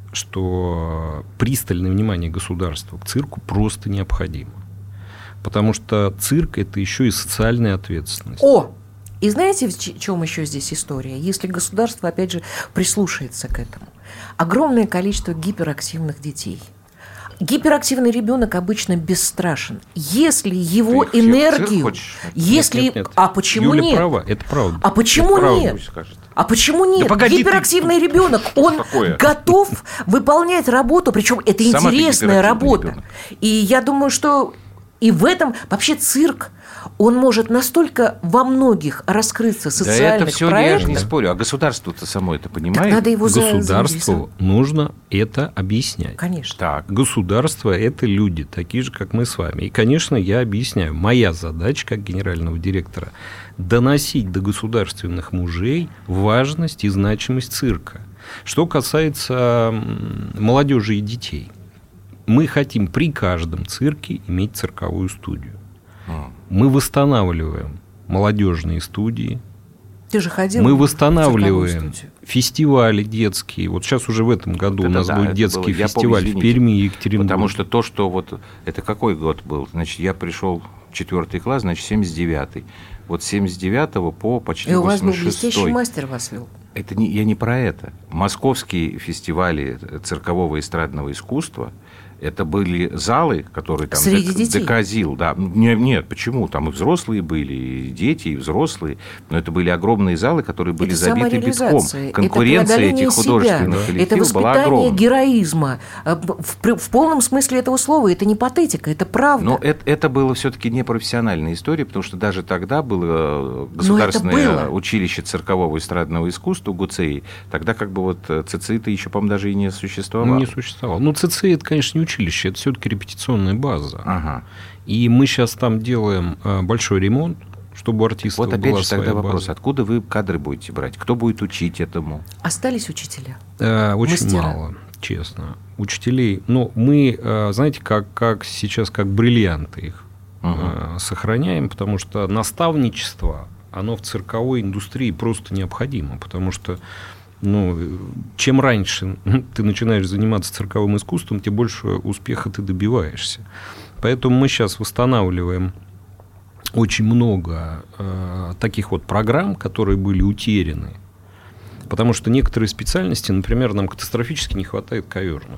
Speaker 5: что пристальное внимание государства к цирку просто необходимо. Потому что цирк – это еще и социальная ответственность.
Speaker 4: О! И знаете, в ч- чем еще здесь история? Если государство, опять же, прислушается к этому. Огромное количество гиперактивных детей. Гиперактивный ребенок обычно бесстрашен. Если его
Speaker 3: Ты их всех в цирк
Speaker 4: энергию...
Speaker 3: хочешь?
Speaker 4: Если...
Speaker 5: Нет, нет, нет.
Speaker 4: А почему
Speaker 5: Юля
Speaker 4: нет?
Speaker 5: права, это правда.
Speaker 4: А почему
Speaker 5: Это правда.
Speaker 4: нет?
Speaker 3: Пусть скажет.
Speaker 4: А почему нет?
Speaker 3: погоди ты,
Speaker 4: Гиперактивный ребенок, он
Speaker 3: такое?
Speaker 4: готов выполнять работу, причем это
Speaker 3: Сама ты
Speaker 4: интересная
Speaker 3: гиперактивный
Speaker 4: работа.
Speaker 3: ребенок.
Speaker 4: И я думаю, что и в этом вообще цирк, он может настолько во многих раскрыться
Speaker 3: Да
Speaker 4: социальных
Speaker 3: это все, я
Speaker 4: проектах.
Speaker 3: же не спорю. А государство-то само это
Speaker 4: Так
Speaker 3: понимает?
Speaker 4: надо его за-
Speaker 5: Государству нужно это объяснять.
Speaker 4: Конечно.
Speaker 3: Так.
Speaker 5: Государство – это люди, такие же, как мы с вами. И, конечно, я объясняю. Моя задача, как генерального директора, доносить до государственных мужей важность и значимость цирка. Что касается м, молодежи и детей. Мы хотим при каждом цирке иметь цирковую студию. Мы восстанавливаем молодежные студии.
Speaker 4: Ты же ходил
Speaker 5: Мы
Speaker 4: в
Speaker 5: восстанавливаем
Speaker 4: цирковую студию.
Speaker 5: фестивали детские. Вот сейчас уже в этом году
Speaker 3: Вот
Speaker 5: у
Speaker 3: это
Speaker 5: нас
Speaker 3: да,
Speaker 5: будет
Speaker 3: это
Speaker 5: детский
Speaker 3: было. Я помню,
Speaker 5: фестиваль в
Speaker 3: извините.
Speaker 5: Перми и Екатеринбурге.
Speaker 3: Потому что то, что вот... Это какой год был? Значит, я пришел в четвертый класс, значит, семьдесят девятый. Вот с семьдесят девятого по почти
Speaker 4: И у вас был
Speaker 3: восемьдесят шестой.
Speaker 4: блестящий мастер вас вел.
Speaker 3: Это не, я не про это. Московские фестивали циркового и эстрадного искусства, это были залы, которые там...
Speaker 4: Среди
Speaker 3: дек-
Speaker 4: детей?
Speaker 3: Деказил, да. Не- Нет, почему? Там и взрослые были, и дети, и взрослые. Но это были огромные залы, которые были
Speaker 4: Это
Speaker 3: забиты битком.
Speaker 4: самореализация,
Speaker 3: Конкуренция
Speaker 4: это преодоление
Speaker 3: этих художественных
Speaker 4: себя,
Speaker 3: коллективов
Speaker 4: это
Speaker 3: была
Speaker 4: воспитание
Speaker 3: огромная.
Speaker 4: героизма. В, в- в полном смысле этого слова. Это не патетика, это правда.
Speaker 3: Но это, это было все-таки не профессиональная история, потому что даже тогда было государственное
Speaker 4: было.
Speaker 3: училище циркового и эстрадного искусства ГУЦИ. Тогда как бы вот ЦЦИ-то еще, по-моему, даже и не существовало.
Speaker 5: Не существовало. Ну, ЦЦИ – это, конечно, не училище, это все-таки репетиционная база.
Speaker 3: Ага.
Speaker 5: И мы сейчас там делаем э, большой ремонт, чтобы у артистов
Speaker 3: Вот опять
Speaker 5: была
Speaker 3: же тогда
Speaker 5: своя
Speaker 3: вопрос,
Speaker 5: база.
Speaker 3: откуда вы кадры будете брать? Кто будет учить этому?
Speaker 4: Остались учителя?
Speaker 5: Э, очень
Speaker 4: Мастера.
Speaker 5: мало, честно. Учителей. Но мы, э, знаете, как, как сейчас, как бриллианты их э, сохраняем, потому что наставничество, оно в цирковой индустрии просто необходимо, потому что ну, чем раньше ты начинаешь заниматься цирковым искусством, тем больше успеха ты добиваешься. Поэтому мы сейчас восстанавливаем очень много э, таких вот программ, которые были утеряны. Потому что некоторые специальности, например, нам катастрофически не хватает коверных.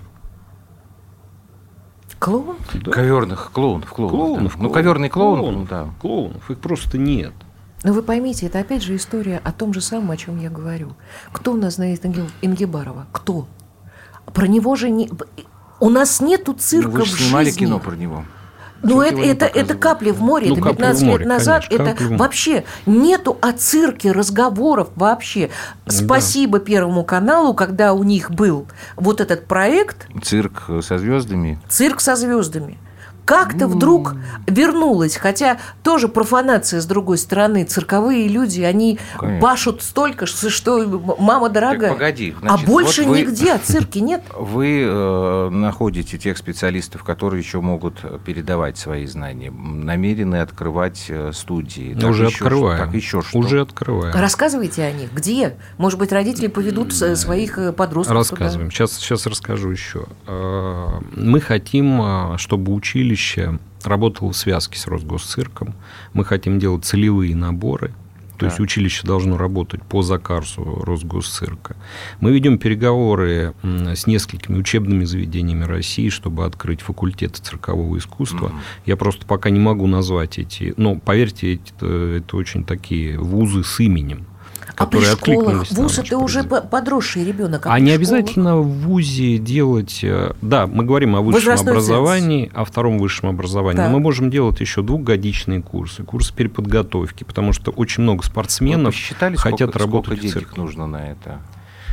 Speaker 4: Клоун?
Speaker 5: Да.
Speaker 3: Коверных клоунов. Клоунов,
Speaker 5: Клоунов,
Speaker 3: да.
Speaker 5: клоунов.
Speaker 3: Ну, коверный клоун,
Speaker 5: Клоунов,
Speaker 3: ну, да.
Speaker 5: клоунов, их просто нет.
Speaker 4: Но вы поймите, это опять же история о том же самом, о чем я говорю. Кто у нас знает Инге- Ингебарова? Кто? Про него же не... У нас нету цирка
Speaker 3: Ну, вы же
Speaker 4: в
Speaker 3: снимали
Speaker 4: жизни.
Speaker 3: кино про него.
Speaker 4: Ну,
Speaker 3: Чё
Speaker 4: это,
Speaker 3: ты его не
Speaker 4: это, это
Speaker 3: показывал?
Speaker 4: капли в море,
Speaker 5: Ну,
Speaker 4: это
Speaker 5: капли в
Speaker 4: пятнадцать
Speaker 5: море,
Speaker 4: лет назад.
Speaker 5: конечно,
Speaker 4: Это
Speaker 5: капли в море.
Speaker 4: вообще нету о цирке разговоров вообще. Спасибо Первому каналу, когда у них был вот этот проект
Speaker 3: Цирк со звездами.
Speaker 4: «Цирк со звездами». Как-то вдруг вернулось, хотя тоже профанация с другой стороны. Цирковые люди, они
Speaker 3: Конечно.
Speaker 4: башут столько, что, что мама дорогая.
Speaker 3: Так погоди,
Speaker 4: а
Speaker 3: значит,
Speaker 4: больше
Speaker 3: вот вы-
Speaker 4: нигде о цирке нет.
Speaker 3: Вы э, находите тех специалистов, которые еще могут передавать свои знания, намерены открывать э, студии. Так
Speaker 5: Уже
Speaker 3: еще
Speaker 5: открываем.
Speaker 3: что- Так еще что?
Speaker 5: Уже открываем.
Speaker 4: Рассказывайте о них. Где? Может быть, родители поведут с- своих э, подростков туда?
Speaker 5: Рассказываем. Сейчас, сейчас расскажу еще. Э, Мы хотим, э, чтобы училище работало в связке с Росгосцирком. Мы хотим делать целевые наборы. То есть училище должно работать по заказу Росгосцирка. Мы ведем переговоры м, с несколькими учебными заведениями России, чтобы открыть факультеты циркового искусства.
Speaker 3: Мгм.
Speaker 5: Я просто пока не могу назвать эти... Но, поверьте, это, это очень такие вузы с именем,
Speaker 4: А при
Speaker 5: которые
Speaker 4: школах
Speaker 5: откликнулись на
Speaker 4: вуз
Speaker 5: наш
Speaker 4: это уже
Speaker 5: призыв.
Speaker 4: по- подросший ребенок.
Speaker 5: А не обязательно в ВУЗе делать... э, Да, мы говорим о высшем
Speaker 4: Возрастной
Speaker 5: образовании, о втором высшем образовании.
Speaker 4: Так.
Speaker 5: Но мы можем делать еще двухгодичные курсы, курсы переподготовки, потому что очень много
Speaker 3: Вы
Speaker 5: спортсменов
Speaker 3: посчитали,
Speaker 5: хотят
Speaker 3: сколько,
Speaker 5: работать
Speaker 3: сколько
Speaker 5: в
Speaker 3: денег
Speaker 5: цирке.
Speaker 3: нужно на это?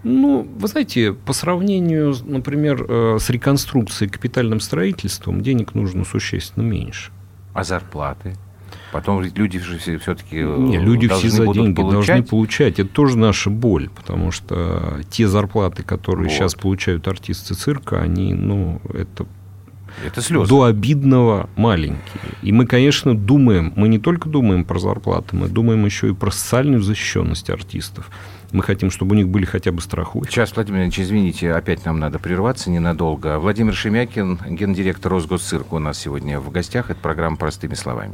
Speaker 5: Ну, вы знаете, по сравнению, например, с реконструкцией и капитальным строительством денег нужно существенно меньше.
Speaker 3: А зарплаты? Потом ведь люди же все-таки
Speaker 5: Не, люди все за деньги
Speaker 3: получать.
Speaker 5: должны получать. Это тоже наша боль, потому что те зарплаты, которые
Speaker 3: вот.
Speaker 5: сейчас получают артисты цирка, они, ну, это,
Speaker 3: это слезы.
Speaker 5: До обидного маленькие. И мы, конечно, думаем, мы не только думаем про зарплаты, мы думаем еще и про социальную защищенность артистов. Мы хотим, чтобы у них были хотя бы страховки.
Speaker 3: Сейчас, Владимир Ильич, извините, опять нам надо прерваться ненадолго. Владимир Шемякин, гендиректор Росгосцирка, у нас сегодня в гостях. Это программа «Простыми словами».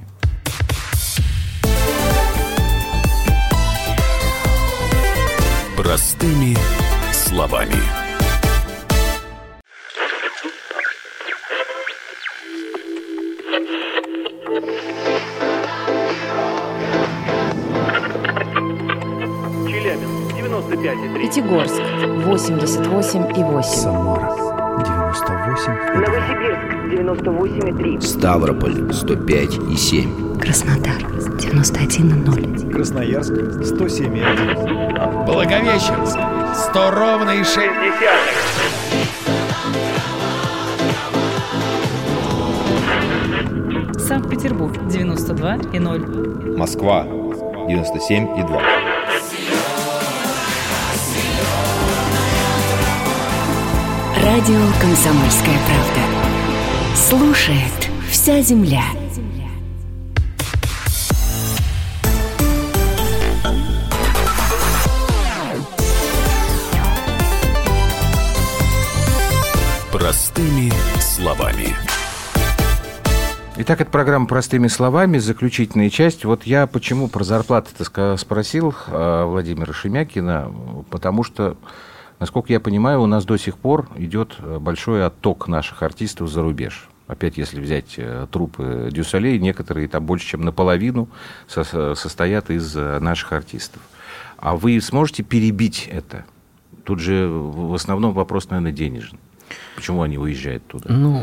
Speaker 2: Простыми словами.
Speaker 9: Челябинск, девяносто пять и три.
Speaker 10: Пятигорск, восемьдесят восемь и восемь.
Speaker 11: Самара, девяносто восемь и два.
Speaker 12: Новосибирск, девяносто восемь и три.
Speaker 13: Ставрополь, сто пять и семь.
Speaker 10: Краснодар, девяносто один и ноль.
Speaker 11: Красноярск, сто семь и один.
Speaker 14: Благовещенск, сто ровно и шесть десятых.
Speaker 15: Санкт-Петербург, девяносто два и ноль.
Speaker 16: Москва, девяносто семь и два.
Speaker 1: Радио «Комсомольская правда». Слушает вся земля.
Speaker 2: Простыми словами.
Speaker 3: Итак, это программа «Простыми словами», заключительная часть. Вот я почему про зарплаты-то спросил Владимира Шемякина, потому что, насколько я понимаю, у нас до сих пор идет большой отток наших артистов за рубеж. Опять, если взять труппы Дюсалей, некоторые там больше, чем наполовину со- состоят из наших артистов. А вы сможете перебить это? Тут же в основном вопрос, наверное, денежный. Почему они уезжают туда?
Speaker 5: Ну,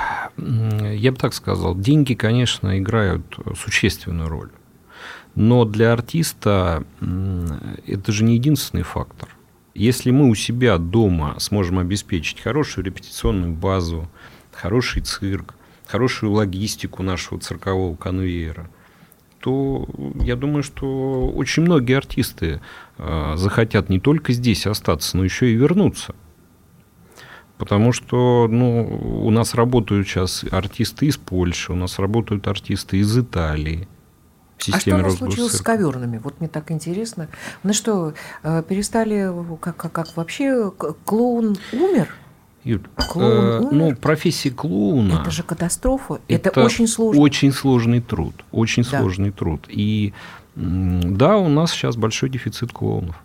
Speaker 5: я бы так сказал, деньги, конечно, играют существенную роль. Но для артиста это же не единственный фактор. Если мы у себя дома сможем обеспечить хорошую репетиционную базу, хороший цирк, хорошую логистику нашего циркового конвейера, то я думаю, что очень многие артисты захотят не только здесь остаться, но еще и вернуться. Потому что ну, у нас работают сейчас артисты из Польши, у нас работают артисты из Италии. В системе
Speaker 4: а что у нас
Speaker 5: Росгосцирка.
Speaker 4: случилось с коверными? Вот мне так интересно. Ну что, перестали, как, как, как вообще, клоун умер?
Speaker 5: Юль,
Speaker 4: клоун
Speaker 5: э,
Speaker 4: умер?
Speaker 5: Ну, профессия клоуна...
Speaker 4: Это же катастрофа.
Speaker 5: Это,
Speaker 4: это очень сложно.
Speaker 5: Очень сложный труд. Очень
Speaker 4: да.
Speaker 5: сложный труд. И да, у нас сейчас большой дефицит клоунов.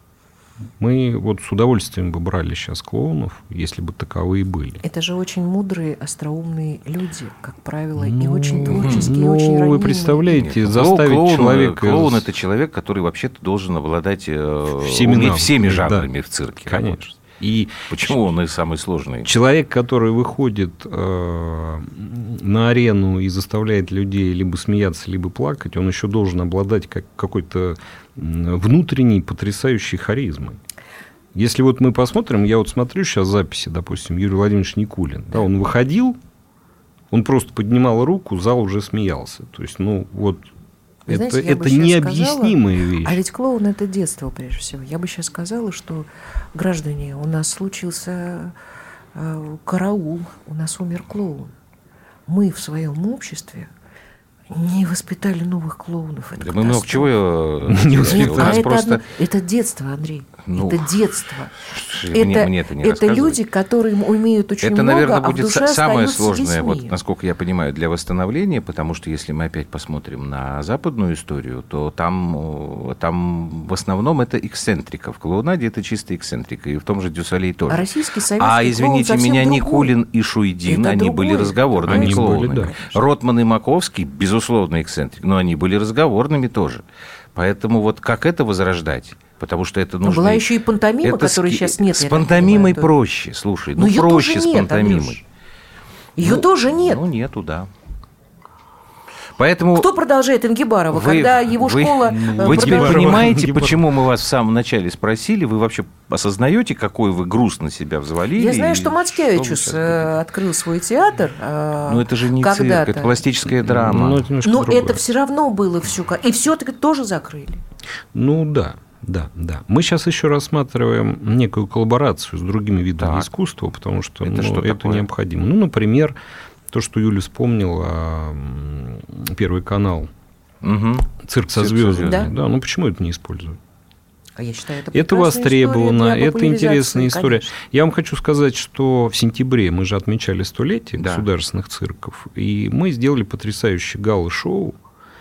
Speaker 5: Мы вот с удовольствием бы брали сейчас клоунов, если бы таковые были.
Speaker 4: Это же очень мудрые, остроумные люди, как правило,
Speaker 5: ну,
Speaker 4: и очень творческие,
Speaker 5: ну,
Speaker 4: и очень ранимые.
Speaker 5: Вы представляете,
Speaker 3: Нет,
Speaker 5: заставить
Speaker 3: клоун,
Speaker 5: человека...
Speaker 3: Клоун – это человек, который вообще-то должен обладать всеми, уметь всеми жанрами да. в цирке.
Speaker 5: Конечно. И
Speaker 3: почему он и самый сложный?
Speaker 5: Человек, который выходит э, на арену и заставляет людей либо смеяться, либо плакать, он еще должен обладать как, какой-то внутренней потрясающей харизмой. Если вот мы посмотрим, я вот смотрю сейчас записи, допустим, Юрий Владимирович Никулин, да, он выходил, он просто поднимал руку, зал уже смеялся. То есть, ну, вот
Speaker 4: Вы
Speaker 5: это,
Speaker 4: знаете,
Speaker 5: это необъяснимая
Speaker 4: сказала,
Speaker 5: вещь.
Speaker 4: А ведь клоун – это детство, прежде всего. Я бы сейчас сказала, что, граждане, у нас случился э, караул, у нас умер клоун. Мы в своем обществе не воспитали новых клоунов. Это
Speaker 3: да мы много чего
Speaker 5: не воспитали.
Speaker 4: А это,
Speaker 3: просто...
Speaker 4: одно, это детство, Андрей.
Speaker 3: Ну,
Speaker 4: это детство.
Speaker 3: Мне,
Speaker 4: это
Speaker 3: мне это не
Speaker 4: это люди, которые умеют очень
Speaker 3: это,
Speaker 4: много,
Speaker 3: наверное,
Speaker 4: а в
Speaker 3: будет
Speaker 4: душе
Speaker 3: самое сложное,
Speaker 4: детьми.
Speaker 3: вот, насколько я понимаю, для восстановления, потому что если мы опять посмотрим на западную историю, то там, там в основном это эксцентрика. В клоунаде это чисто эксцентрика, и в том же Дюсалей тоже.
Speaker 4: А российский советский
Speaker 3: А, извините меня,
Speaker 4: другой.
Speaker 3: Никулин и Шуйдин, это они другой. были разговорными
Speaker 5: они
Speaker 3: клоунами.
Speaker 5: Были, да.
Speaker 3: Ротман и Маковский, безусловно, эксцентрик, но они были разговорными тоже. Поэтому вот как это возрождать? Потому что это нужно...
Speaker 4: Но была еще и пантомима,
Speaker 3: это
Speaker 4: которой
Speaker 3: ски...
Speaker 4: сейчас нет.
Speaker 3: С пантомимой понимаю, проще, слушай. Ну, проще с
Speaker 4: нет,
Speaker 3: пантомимой.
Speaker 4: Андрюш. Ее
Speaker 3: ну,
Speaker 4: тоже нет.
Speaker 3: Ну, нету, да. Поэтому
Speaker 4: кто продолжает Ингибарова,
Speaker 3: вы,
Speaker 4: когда его
Speaker 3: вы,
Speaker 4: школа...
Speaker 3: Вы теперь понимаете, почему мы вас в самом начале спросили? Вы вообще осознаете, какой вы груз на себя взвалили?
Speaker 4: Я знаю, что Мацкевичус открыл свой театр.
Speaker 3: Но это же не цирк, это пластическая драма.
Speaker 4: Но, Но это все равно было все. И все-таки тоже закрыли.
Speaker 5: Ну да. Да, да. Мы сейчас еще рассматриваем некую коллаборацию с другими видами так. искусства, потому что это, ну, это необходимо. Ну, например, то, что Юля вспомнила, Первый канал, угу. «Цирк со звездами». Да? Да, ну почему это не используют?
Speaker 4: А я считаю, это,
Speaker 5: это востребовано, это интересная история. Конечно. Я вам хочу сказать, что в сентябре мы же отмечали столетие да. государственных цирков, и мы сделали потрясающее гала-шоу.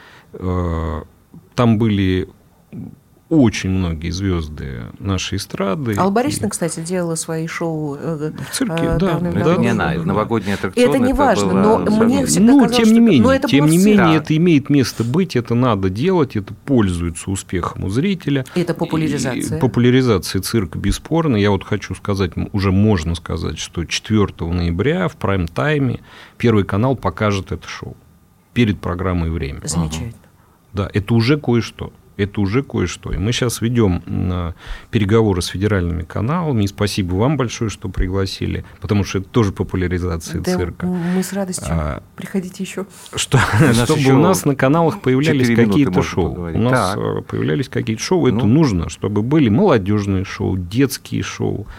Speaker 5: Там были... очень многие звезды нашей эстрады.
Speaker 4: Алла Борисовна, и... кстати, делала свои шоу в
Speaker 5: цирке, э, да,
Speaker 3: да, это не она, новогодний аттракцион.
Speaker 4: Это не важно, но
Speaker 3: было...
Speaker 4: мне всегда
Speaker 5: ну,
Speaker 4: казалось,
Speaker 5: тем не менее,
Speaker 4: что... это
Speaker 5: тем не менее,
Speaker 4: да.
Speaker 5: это имеет место быть, это надо делать, это пользуется успехом у зрителя.
Speaker 4: Это популяризация.
Speaker 5: И популяризация цирка бесспорно. Я вот хочу сказать, уже можно сказать, что четвёртого ноября в прайм-тайме Первый канал покажет это шоу перед программой «Время».
Speaker 4: Замечательно.
Speaker 5: Да, это уже кое-что. Это уже кое-что. И мы сейчас ведем переговоры с федеральными каналами. И спасибо вам большое, что пригласили, потому что это тоже популяризация да, цирка.
Speaker 4: Мы с радостью. А, Приходите еще.
Speaker 5: Что, чтобы еще у нас на каналах появлялись какие-то шоу. Поговорить. У нас так. появлялись какие-то шоу. Ну. Это нужно, чтобы были молодежные шоу, детские шоу.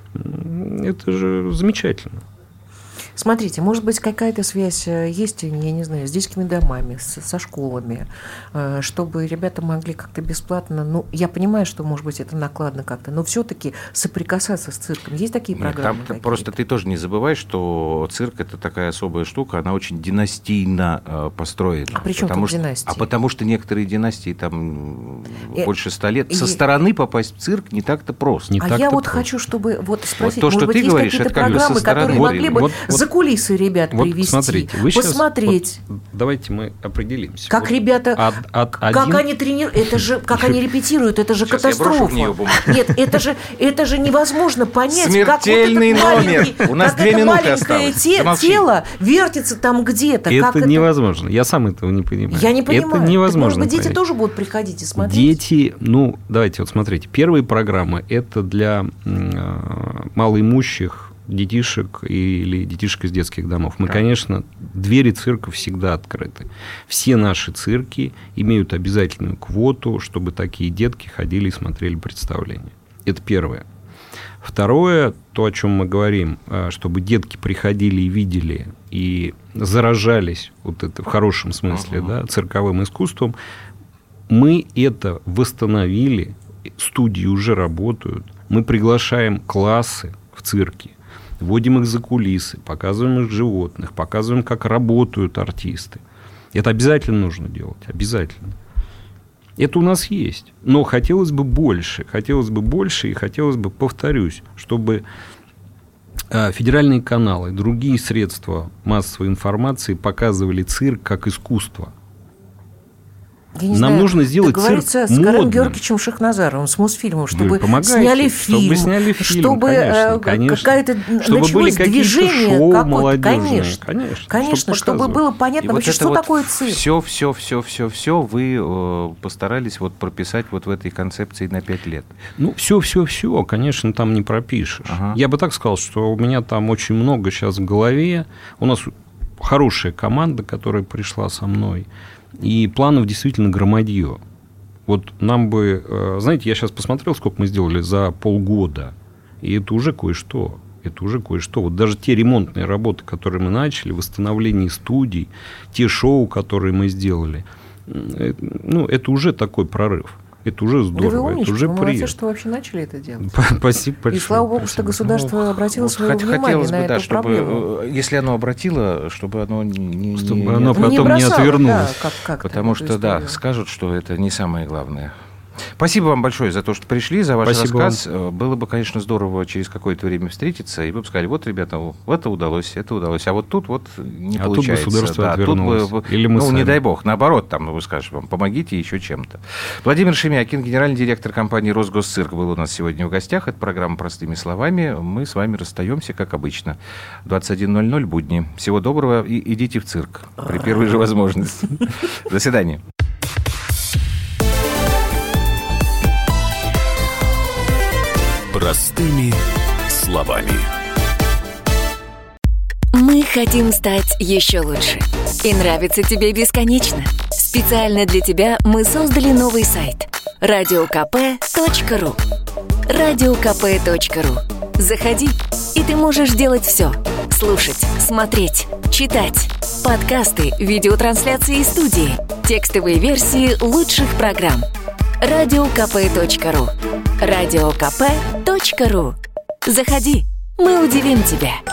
Speaker 5: Это же замечательно.
Speaker 4: Смотрите, может быть, какая-то связь есть, я не знаю, с детскими домами, с, со школами, чтобы ребята могли как-то бесплатно, ну, я понимаю, что, может быть, это накладно как-то, но все-таки соприкасаться с цирком. Есть такие программы?
Speaker 3: Нет, там просто ты тоже не забывай, что цирк – это такая особая штука, она очень династийно построена.
Speaker 4: А при чем
Speaker 3: потому
Speaker 4: тут
Speaker 3: что,
Speaker 4: династии?
Speaker 3: А потому что некоторые династии там и, больше ста лет. Со и... стороны попасть в цирк не так-то просто. Не
Speaker 4: а
Speaker 3: так-то
Speaker 4: я вот
Speaker 3: просто.
Speaker 4: хочу, чтобы вот спросить,
Speaker 3: вот то,
Speaker 4: может быть,
Speaker 3: ты
Speaker 4: есть
Speaker 3: говоришь,
Speaker 4: какие-то
Speaker 3: как бы
Speaker 4: программы, которые
Speaker 3: вот,
Speaker 4: могли бы...
Speaker 5: Вот,
Speaker 4: За кулисы ребят
Speaker 5: вот
Speaker 4: привести,
Speaker 5: смотрите, вы
Speaker 4: посмотреть.
Speaker 5: Сейчас, вот, давайте мы определимся.
Speaker 4: Как
Speaker 5: вот
Speaker 4: ребята,
Speaker 5: от, от
Speaker 4: как
Speaker 5: один...
Speaker 4: они тренируют, это же, как они репетируют, это же
Speaker 3: сейчас
Speaker 4: катастрофа. Нет, это же, это же невозможно понять,
Speaker 3: смертельный
Speaker 4: как вот
Speaker 3: номер. У нас
Speaker 4: как
Speaker 3: две
Speaker 4: это
Speaker 3: минуты
Speaker 4: маленькое те, тело вертится там где-то.
Speaker 5: Это
Speaker 4: как
Speaker 5: невозможно. Это... Я сам этого не понимаю.
Speaker 4: Я не понимаю.
Speaker 5: Это невозможно.
Speaker 4: Так, может быть, дети
Speaker 5: понять.
Speaker 4: тоже будут приходить и смотреть?
Speaker 5: Дети, ну, давайте вот смотрите. Первые программы – это для э, малоимущих детишек или детишек из детских домов. Мы, конечно, двери цирка всегда открыты. Все наши цирки имеют обязательную квоту, чтобы такие детки ходили и смотрели представления. Это первое. Второе, то, о чем мы говорим, чтобы детки приходили и видели, и заражались, вот это в хорошем смысле, uh-huh. да, цирковым искусством, мы это восстановили, студии уже работают, мы приглашаем классы в цирке, вводим их за кулисы, показываем их животных, показываем, как работают артисты. Это обязательно нужно делать, обязательно. Это у нас есть. Но хотелось бы больше, хотелось бы больше, и хотелось бы, повторюсь, чтобы федеральные каналы, другие средства массовой информации показывали цирк как искусство.
Speaker 4: Я не
Speaker 5: Нам
Speaker 4: знаю,
Speaker 5: нужно сделать цирк
Speaker 4: с Карен Георгиевичем Шахназаровым, с Мосфильмом, чтобы
Speaker 5: Юль,
Speaker 4: сняли фильм,
Speaker 5: чтобы, сняли фильм,
Speaker 4: чтобы
Speaker 5: конечно, конечно.
Speaker 4: какая-то
Speaker 5: чтобы
Speaker 4: началось
Speaker 5: были
Speaker 4: движение
Speaker 5: шоу
Speaker 4: какое-то. Конечно,
Speaker 5: конечно,
Speaker 4: конечно чтобы, чтобы было понятно, вообще,
Speaker 3: вот
Speaker 4: что
Speaker 3: вот
Speaker 4: такое цирк.
Speaker 3: Все, все, все, все, все вы э, постарались вот прописать вот в этой концепции на пять лет.
Speaker 5: Ну, все, все, все, конечно, там не пропишешь. Ага. Я бы так сказал, что у меня там очень много сейчас в голове. У нас хорошая команда, которая пришла со мной. И планов действительно громадье. Вот нам бы... Знаете, я сейчас посмотрел, сколько мы сделали за полгода. И это уже кое-что. Это уже кое-что. Вот даже те ремонтные работы, которые мы начали, восстановление студий, те шоу, которые мы сделали, ну, это уже такой прорыв. Это уже здорово,
Speaker 4: да вы умничка,
Speaker 5: это уже
Speaker 4: вы
Speaker 5: приятно.
Speaker 4: Молодцы, что вообще начали это делать.
Speaker 5: Спасибо большое.
Speaker 4: И слава богу,
Speaker 5: спасибо.
Speaker 4: что государство
Speaker 3: ну,
Speaker 4: обратило
Speaker 3: вот
Speaker 4: свое внимание
Speaker 3: хотелось
Speaker 4: на
Speaker 3: бы,
Speaker 4: эту
Speaker 3: да, чтобы,
Speaker 4: проблему.
Speaker 3: Если оно обратило, чтобы оно не,
Speaker 5: чтобы
Speaker 3: не,
Speaker 5: оно
Speaker 3: это,
Speaker 5: потом не,
Speaker 4: не бросало,
Speaker 5: не отвернулось.
Speaker 4: Да, как, как
Speaker 3: потому что, да, скажут, что это не самое главное. Спасибо вам большое за то, что пришли, за ваш
Speaker 5: Спасибо
Speaker 3: рассказ.
Speaker 5: вам.
Speaker 3: Было бы, конечно, здорово через какое-то время встретиться, и вы бы сказали, вот, ребята, вот это удалось, это удалось, а вот тут вот не
Speaker 5: а
Speaker 3: получается.
Speaker 5: Тут государство
Speaker 3: да,
Speaker 5: отвернулось.
Speaker 3: Тут бы,
Speaker 5: Или мы
Speaker 3: ну,
Speaker 5: сами.
Speaker 3: не дай бог, наоборот, там, ну, вы скажете, вам, помогите еще чем-то. Владимир Шемякин, генеральный директор компании «Росгосцирк», был у нас сегодня в гостях. Это программа «Простыми словами». Мы с вами расстаемся, как обычно. двадцать один ноль ноль будни. Всего доброго и идите в цирк при первой же возможности. До свидания.
Speaker 2: Простыми словами.
Speaker 1: Мы хотим стать еще лучше. И нравится тебе бесконечно. Специально для тебя мы создали новый сайт радио ка пэ точка ру. радио ка пэ точка ру. Заходи, и ты можешь делать все. Слушать, смотреть, читать. Подкасты, видеотрансляции из студии. Текстовые версии лучших программ. радио ка пэ точка ру. радио ка пэ точка ру. Заходи, мы удивим тебя.